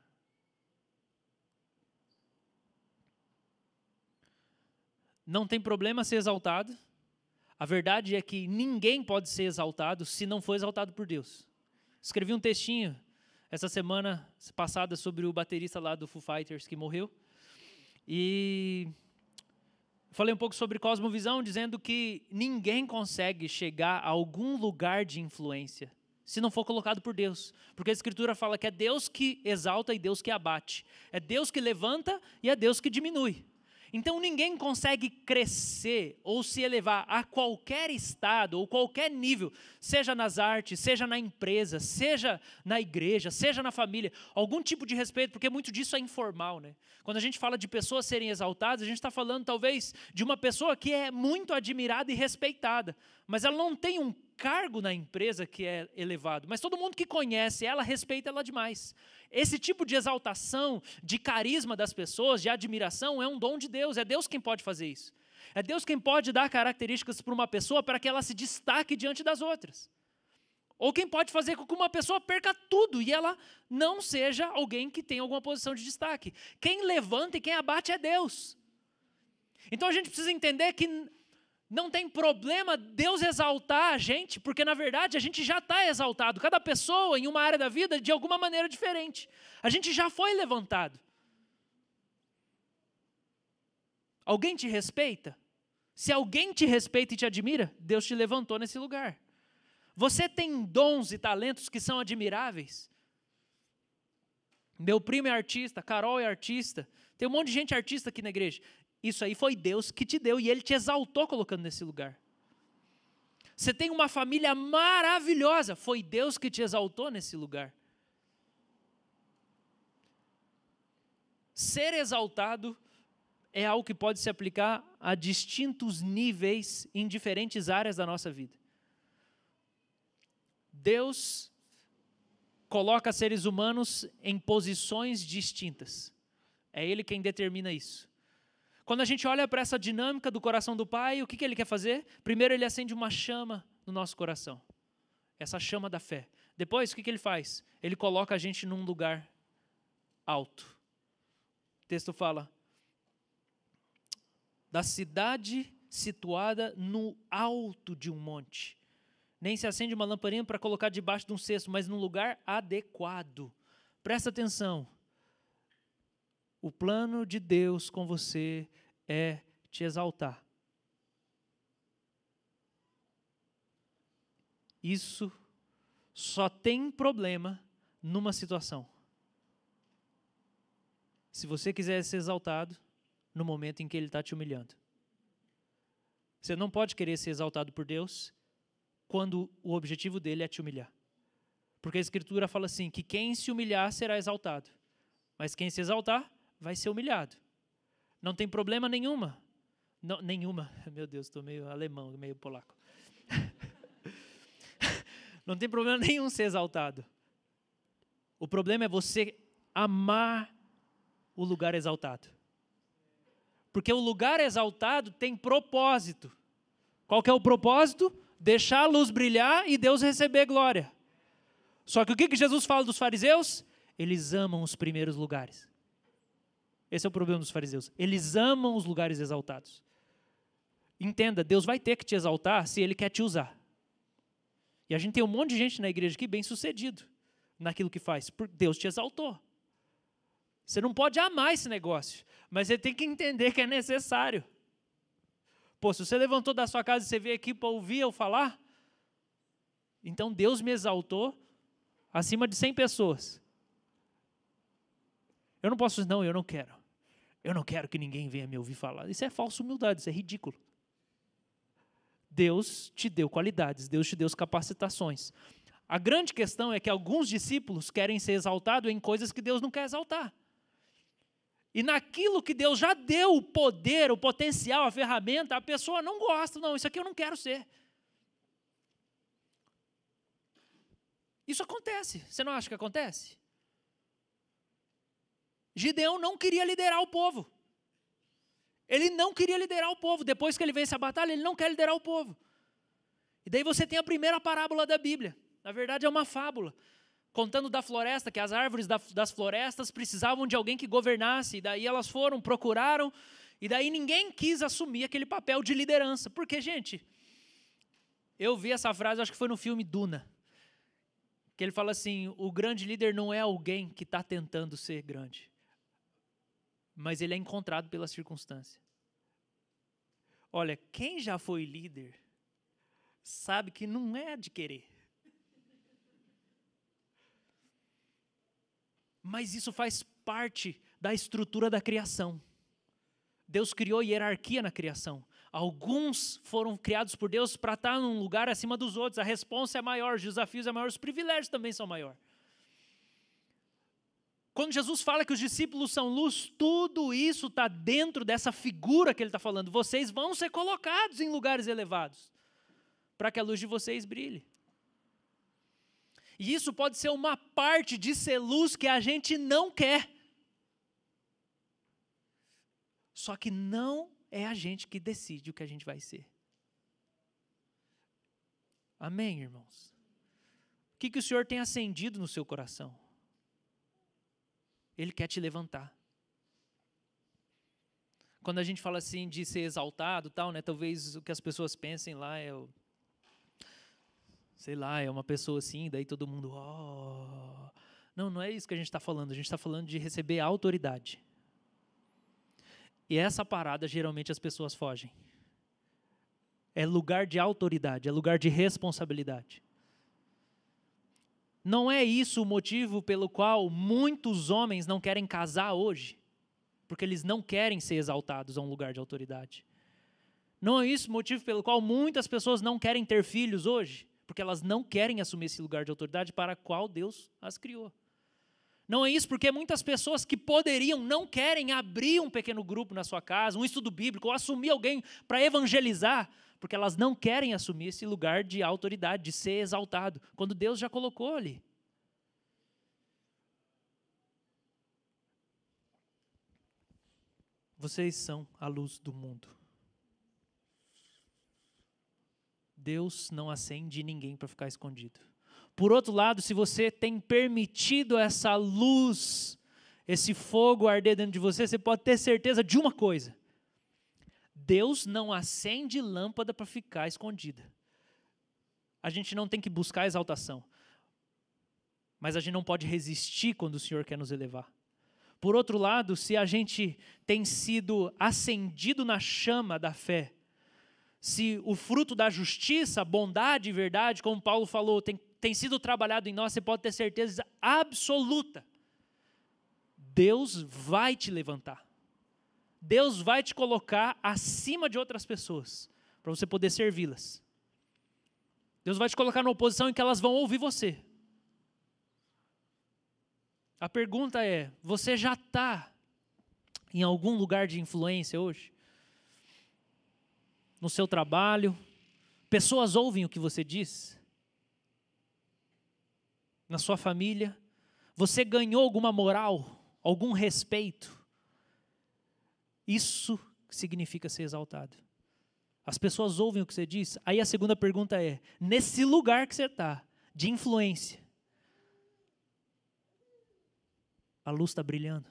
[SPEAKER 1] Não tem problema ser exaltado. A verdade é que ninguém pode ser exaltado se não for exaltado por Deus. Escrevi um textinho essa semana passada sobre o baterista lá do Foo Fighters que morreu. E falei um pouco sobre cosmovisão, dizendo que ninguém consegue chegar a algum lugar de influência se não for colocado por Deus. Porque a Escritura fala que é Deus que exalta e Deus que abate. É Deus que levanta e é Deus que diminui. Então ninguém consegue crescer ou se elevar a qualquer estado ou qualquer nível, seja nas artes, seja na empresa, seja na igreja, seja na família, algum tipo de respeito, porque muito disso é informal, né? Quando a gente fala de pessoas serem exaltadas, a gente está falando talvez de uma pessoa que é muito admirada e respeitada, mas ela não tem um cargo na empresa que é elevado, mas todo mundo que conhece ela, respeita ela demais. Esse tipo de exaltação, de carisma das pessoas, de admiração, é um dom de Deus, é Deus quem pode fazer isso. É Deus quem pode dar características para uma pessoa para que ela se destaque diante das outras. Ou quem pode fazer com que uma pessoa perca tudo e ela não seja alguém que tem alguma posição de destaque. Quem levanta e quem abate é Deus. Então a gente precisa entender que não tem problema Deus exaltar a gente, porque na verdade a gente já está exaltado. Cada pessoa em uma área da vida de alguma maneira diferente. A gente já foi levantado. Alguém te respeita? Se alguém te respeita e te admira, Deus te levantou nesse lugar. Você tem dons e talentos que são admiráveis. Meu primo é artista, Carol é artista, tem um monte de gente artista aqui na igreja. Isso aí foi Deus que te deu e Ele te exaltou colocando nesse lugar. Você tem uma família maravilhosa, foi Deus que te exaltou nesse lugar. Ser exaltado é algo que pode se aplicar a distintos níveis em diferentes áreas da nossa vida. Deus coloca seres humanos em posições distintas. É Ele quem determina isso. Quando a gente olha para essa dinâmica do coração do Pai, o que Ele quer fazer? Primeiro Ele acende uma chama no nosso coração. Essa chama da fé. Depois, o que Ele faz? Ele coloca a gente num lugar alto. O texto fala, da cidade situada no alto de um monte. Nem se acende uma lamparina para colocar debaixo de um cesto, mas num lugar adequado. Presta atenção. O plano de Deus com você é te exaltar. Isso só tem problema numa situação. Se você quiser ser exaltado, no momento em que Ele está te humilhando. Você não pode querer ser exaltado por Deus quando o objetivo dele é te humilhar. Porque a Escritura fala assim, que quem se humilhar será exaltado. Mas quem se exaltar, vai ser humilhado. Não tem problema nenhuma. Não, nenhuma. Meu Deus, estou meio alemão, meio polaco. Não tem problema nenhum ser exaltado. O problema é você amar o lugar exaltado. Porque o lugar exaltado tem propósito. Qual que é o propósito? Deixar a luz brilhar e Deus receber glória. Só que o que Jesus fala dos fariseus? Eles amam os primeiros lugares. Esse é o problema dos fariseus. Eles amam os lugares exaltados. Entenda, Deus vai ter que te exaltar se Ele quer te usar. E a gente tem um monte de gente na igreja aqui bem sucedido naquilo que faz, porque Deus te exaltou. Você não pode amar esse negócio, mas você tem que entender que é necessário. Pô, se você levantou da sua casa e você veio aqui para ouvir eu falar, então Deus me exaltou acima de 100 pessoas. Eu não posso dizer, não, eu não quero. Eu não quero que ninguém venha me ouvir falar. Isso é falsa humildade, isso é ridículo. Deus te deu qualidades, Deus te deu capacitações. A grande questão é que alguns discípulos querem ser exaltados em coisas que Deus não quer exaltar. E naquilo que Deus já deu o poder, o potencial, a ferramenta, a pessoa não gosta. Não, isso aqui eu não quero ser. Isso acontece. Você não acha que acontece? Gideão não queria liderar o povo. Ele não queria liderar o povo. Depois que ele vence a batalha, ele não quer liderar o povo. E daí você tem a primeira parábola da Bíblia. Na verdade, é uma fábula, contando da floresta, que as árvores das florestas precisavam de alguém que governasse. E daí elas foram, procuraram, e daí ninguém quis assumir aquele papel de liderança. Porque, gente, eu vi essa frase, acho que foi no filme Duna, que ele fala assim, o grande líder não é alguém que está tentando ser grande, mas ele é encontrado pela circunstância. Olha, quem já foi líder sabe que não é de querer. Mas isso faz parte da estrutura da criação. Deus criou hierarquia na criação. Alguns foram criados por Deus para estar num lugar acima dos outros. A responsa é maior, os desafios é maior, os privilégios também são maiores. Quando Jesus fala que os discípulos são luz, tudo isso está dentro dessa figura que ele está falando. Vocês vão ser colocados em lugares elevados, para que a luz de vocês brilhe. E isso pode ser uma parte de ser luz que a gente não quer. Só que não é a gente que decide o que a gente vai ser. Amém, irmãos? O que o Senhor tem acendido no seu coração? Ele quer te levantar. Quando a gente fala assim de ser exaltado, tal, né, talvez o que as pessoas pensem lá é sei lá, é uma pessoa assim, daí todo mundo, oh. Não é isso que a gente está falando. A gente está falando de receber autoridade. E essa parada, geralmente, as pessoas fogem. É lugar de autoridade, é lugar de responsabilidade. Não é isso o motivo pelo qual muitos homens não querem casar hoje, porque eles não querem ser exaltados a um lugar de autoridade. Não é isso o motivo pelo qual muitas pessoas não querem ter filhos hoje, porque elas não querem assumir esse lugar de autoridade para o qual Deus as criou. Não é isso porque muitas pessoas que poderiam, não querem abrir um pequeno grupo na sua casa, um estudo bíblico, ou assumir alguém para evangelizar, porque elas não querem assumir esse lugar de autoridade, de ser exaltado, quando Deus já colocou ali. Vocês são a luz do mundo. Deus não acende ninguém para ficar escondido. Por outro lado, se você tem permitido essa luz, esse fogo arder dentro de você, você pode ter certeza de uma coisa: Deus não acende lâmpada para ficar escondida. A gente não tem que buscar exaltação, mas a gente não pode resistir quando o Senhor quer nos elevar. Por outro lado, se a gente tem sido acendido na chama da fé, se o fruto da justiça, bondade e verdade, como Paulo falou, tem sido trabalhado em nós, você pode ter certeza absoluta. Deus vai te levantar. Deus vai te colocar acima de outras pessoas, para você poder servi-las. Deus vai te colocar numa posição em que elas vão ouvir você. A pergunta é, você já está em algum lugar de influência hoje? No seu trabalho, pessoas ouvem o que você diz? Na sua família, você ganhou alguma moral, algum respeito? Isso significa ser exaltado. As pessoas ouvem o que você diz? Aí a segunda pergunta é, nesse lugar que você está, de influência, a luz está brilhando?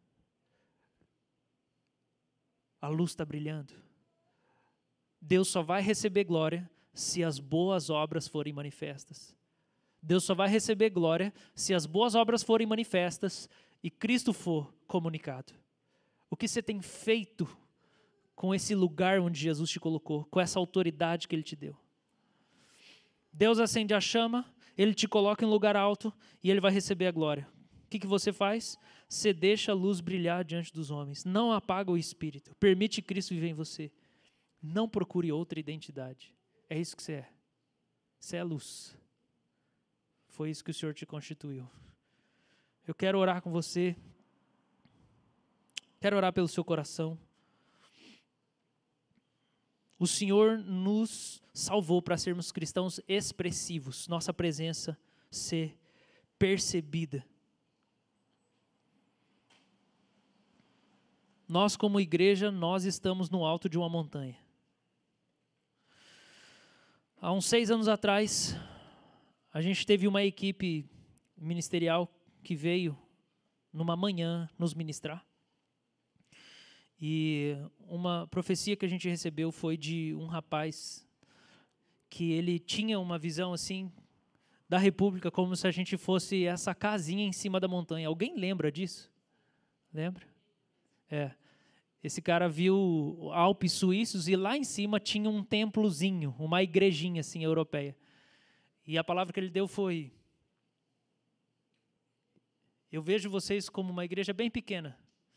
[SPEAKER 1] A luz está brilhando. Deus só vai receber glória se as boas obras forem manifestas. Deus só vai receber glória se as boas obras forem manifestas e Cristo for comunicado. O que você tem feito com esse lugar onde Jesus te colocou, com essa autoridade que Ele te deu. Deus acende a chama, Ele te coloca em um lugar alto e Ele vai receber a glória. O que você faz? Você deixa a luz brilhar diante dos homens. Não apaga o Espírito. Permite Cristo viver em você. Não procure outra identidade. É isso que você é. Você é luz. Foi isso que o Senhor te constituiu. Eu quero orar com você. Quero orar pelo seu coração. O Senhor nos salvou para sermos cristãos expressivos. Nossa presença ser percebida. Nós, como igreja, nós estamos no alto de uma montanha. Há uns 6 anos atrás, a gente teve uma equipe ministerial que veio numa manhã nos ministrar. E uma profecia que a gente recebeu foi de um rapaz que ele tinha uma visão assim da República como se a gente fosse essa casinha em cima da montanha. Alguém lembra disso? Lembra? Esse cara viu Alpes suíços e lá em cima tinha um templozinho, uma igrejinha assim europeia. E a palavra que ele deu foi: eu vejo vocês como uma igreja bem pequena.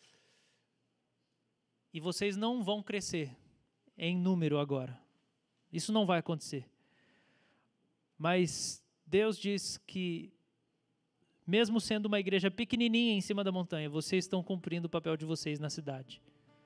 [SPEAKER 1] E vocês não vão crescer em número agora. Isso não vai acontecer. Mas Deus diz que, mesmo sendo uma igreja pequenininha em cima da montanha, vocês estão cumprindo o papel de vocês na cidade.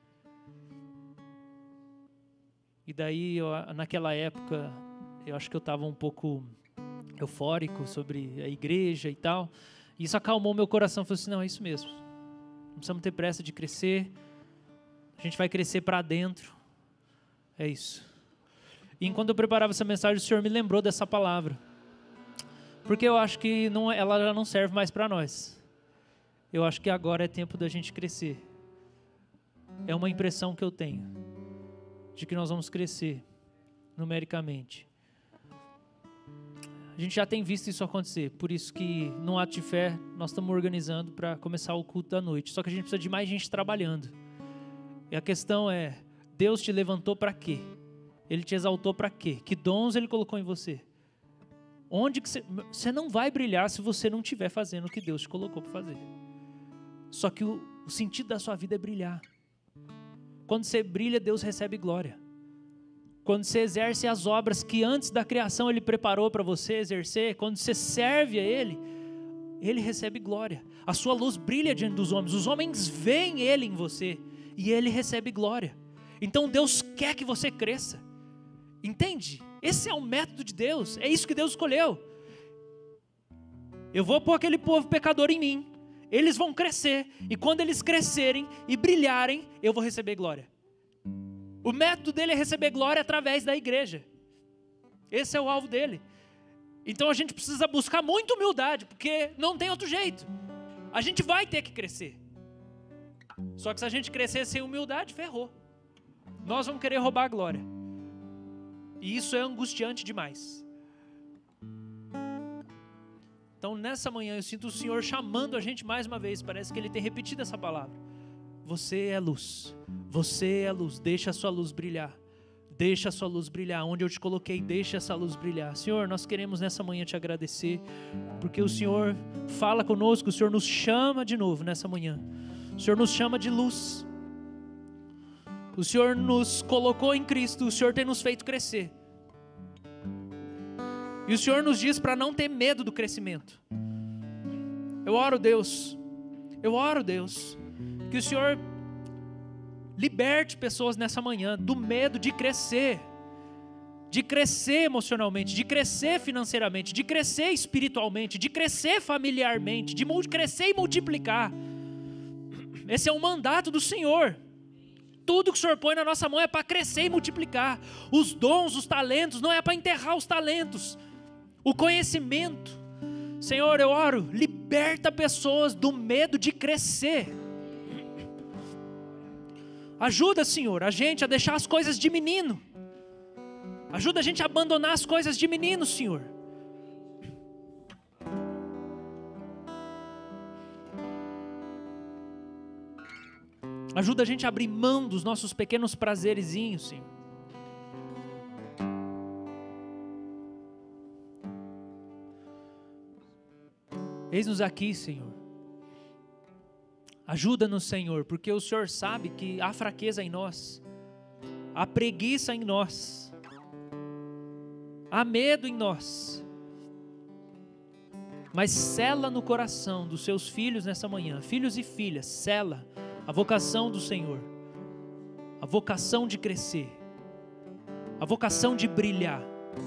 [SPEAKER 1] E daí, naquela época, eu acho que eu estava um pouco eufórico sobre a igreja e tal. E isso acalmou meu coração. Eu falei assim, não, é isso mesmo. Não precisamos ter pressa de crescer. A gente vai crescer para dentro. É isso. E enquanto eu preparava essa mensagem, o Senhor me lembrou dessa palavra. Porque eu acho que ela já não serve mais para nós. Eu acho que agora é tempo da gente crescer. É uma impressão que eu tenho de que nós vamos crescer numericamente. A gente já tem visto isso acontecer, por isso que no Ato de Fé nós estamos organizando para começar o culto da noite. Só que a gente precisa de mais gente trabalhando. E a questão é, Deus te levantou para quê? Ele te exaltou para quê? Que dons Ele colocou em você? Onde que você não vai brilhar se você não estiver fazendo o que Deus te colocou para fazer. Só que o sentido da sua vida é brilhar. Quando você brilha, Deus recebe glória. Quando você exerce as obras que antes da criação Ele preparou para você exercer, quando você serve a Ele, Ele recebe glória. A sua luz brilha diante dos homens. Os homens veem Ele em você e Ele recebe glória. Então Deus quer que você cresça. Entende? Esse é o método de Deus. É isso que Deus escolheu. Eu vou pôr aquele povo pecador em mim. Eles vão crescer, e quando eles crescerem e brilharem, eu vou receber glória. O método dele é receber glória através da igreja. Esse é o alvo dele. Então a gente precisa buscar muita humildade, porque não tem outro jeito. A gente vai ter que crescer. Só que se a gente crescer sem humildade, ferrou. Nós vamos querer roubar a glória. E isso é angustiante demais. Então, nessa manhã, eu sinto o Senhor chamando a gente mais uma vez. Parece que Ele tem repetido essa palavra. Você é luz. Você é luz. Deixa a sua luz brilhar. Deixa a sua luz brilhar. Onde eu te coloquei, deixa essa luz brilhar. Senhor, nós queremos nessa manhã te agradecer, porque o Senhor fala conosco, o Senhor nos chama de novo nessa manhã. O Senhor nos chama de luz. O Senhor nos colocou em Cristo. O Senhor tem nos feito crescer. E o Senhor nos diz para não ter medo do crescimento. Eu oro, Deus, que o Senhor liberte pessoas nessa manhã do medo de crescer emocionalmente, de crescer financeiramente, de crescer espiritualmente, de crescer familiarmente, de crescer e multiplicar. Esse é um mandato do Senhor. Tudo que o Senhor põe na nossa mão é para crescer e multiplicar. Os dons, os talentos, não é para enterrar os talentos. O conhecimento, Senhor, eu oro, liberta pessoas do medo de crescer. Ajuda, Senhor, a gente a deixar as coisas de menino. Ajuda a gente a abandonar as coisas de menino, Senhor. Ajuda a gente a abrir mão dos nossos pequenos prazerezinhos, Senhor. Eis-nos aqui, Senhor. Ajuda-nos, Senhor, porque o Senhor sabe que há fraqueza em nós, há preguiça em nós, há medo em nós. Mas sela no coração dos seus filhos nessa manhã, filhos e filhas, sela a vocação do Senhor, a vocação de crescer, a vocação de brilhar.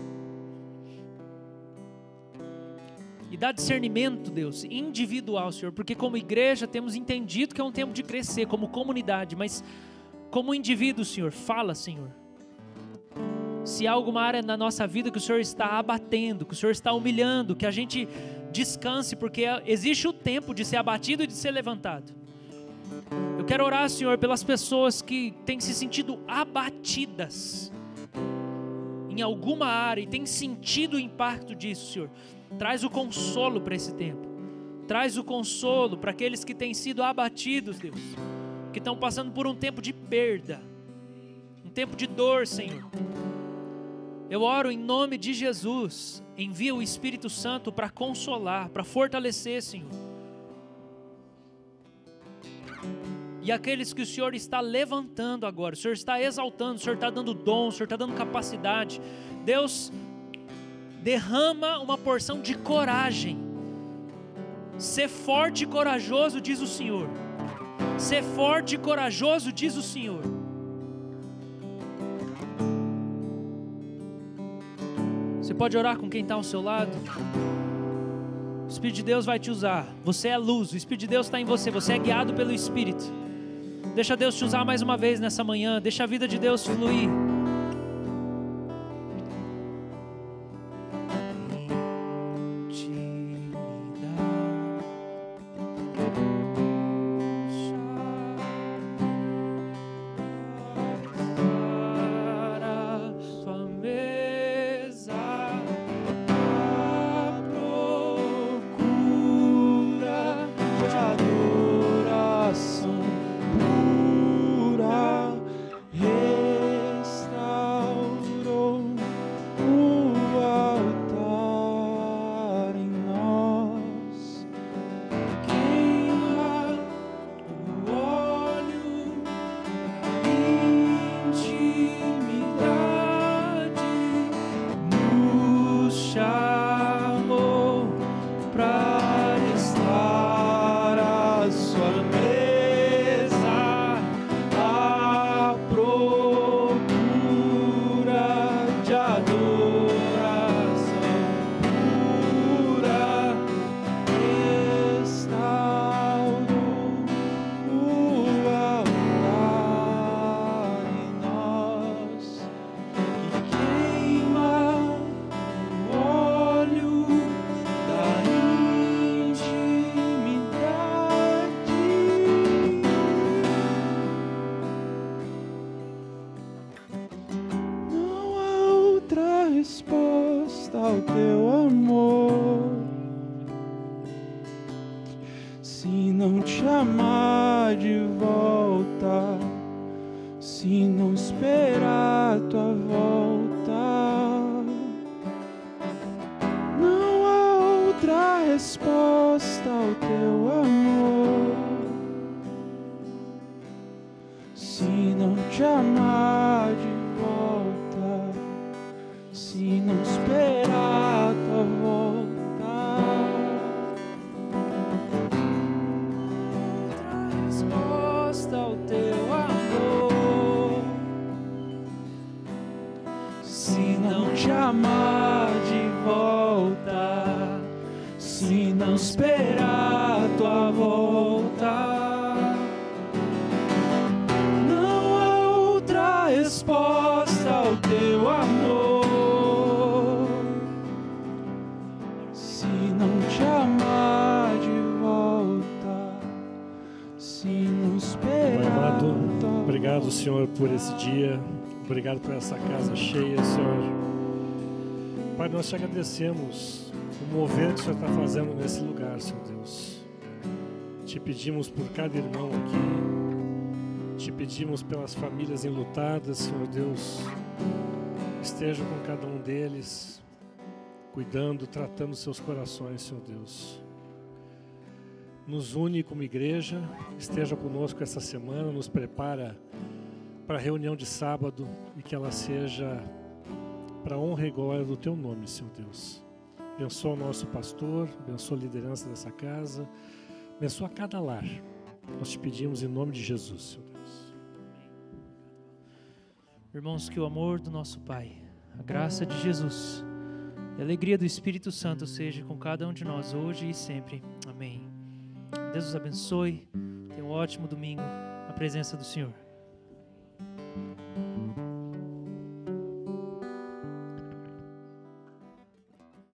[SPEAKER 1] E dá discernimento, Deus, individual, Senhor, porque como igreja temos entendido que é um tempo de crescer, como comunidade, mas como indivíduo, Senhor, fala, Senhor. Se há alguma área na nossa vida que o Senhor está abatendo, que o Senhor está humilhando, que a gente descanse, porque existe o tempo de ser abatido e de ser levantado. Eu quero orar, Senhor, pelas pessoas que têm se sentido abatidas em alguma área e têm sentido o impacto disso, Senhor. Traz o consolo para esse tempo. Traz o consolo para aqueles que têm sido abatidos, Deus, que estão passando por um tempo de perda, um tempo de dor, Senhor. Eu oro em nome de Jesus, envia o Espírito Santo para consolar, para fortalecer, Senhor. E aqueles que o Senhor está levantando agora, o Senhor está exaltando, o Senhor está dando dom, o Senhor está dando capacidade. Deus, derrama uma porção de coragem. Ser forte e corajoso, diz o Senhor. Ser forte e corajoso, diz o Senhor. Você pode orar com quem está ao seu lado. O Espírito de Deus vai te usar. Você é luz, o Espírito de Deus está em você. Você é guiado pelo Espírito. Deixa Deus te usar mais uma vez nessa manhã. Deixa a vida de Deus fluir.
[SPEAKER 2] resposta ao teu amor. Se não te amar de volta, se não esperar tua volta, não há outra resposta ao teu amor. Se não te amar de volta, se não esperar tua volta, outra resposta ao teu amor. Se não te amar de volta, se não esperar tua volta, resposta ao teu amor. Se não te amar de volta, se não esperar.
[SPEAKER 3] Pai amado, obrigado, Senhor, por esse dia. Obrigado por essa casa cheia, Senhor. Pai, nós te agradecemos o mover que o Senhor está fazendo nesse lugar, Senhor Deus. Te pedimos por cada irmão aqui, Te pedimos pelas famílias enlutadas, Senhor Deus, esteja com cada um deles, cuidando, tratando seus corações, Senhor Deus. Nos une como igreja, esteja conosco essa semana, nos prepara para a reunião de sábado e que ela seja para a honra e glória do Teu nome, Senhor Deus. Abençoa o nosso pastor, abençoa a liderança dessa casa, abençoa cada lar. Nós te pedimos em nome de Jesus, Senhor Deus.
[SPEAKER 1] Irmãos, que o amor do nosso Pai, a graça de Jesus e a alegria do Espírito Santo seja com cada um de nós hoje e sempre. Amém. Deus os abençoe. Tenha um ótimo domingo na presença do Senhor.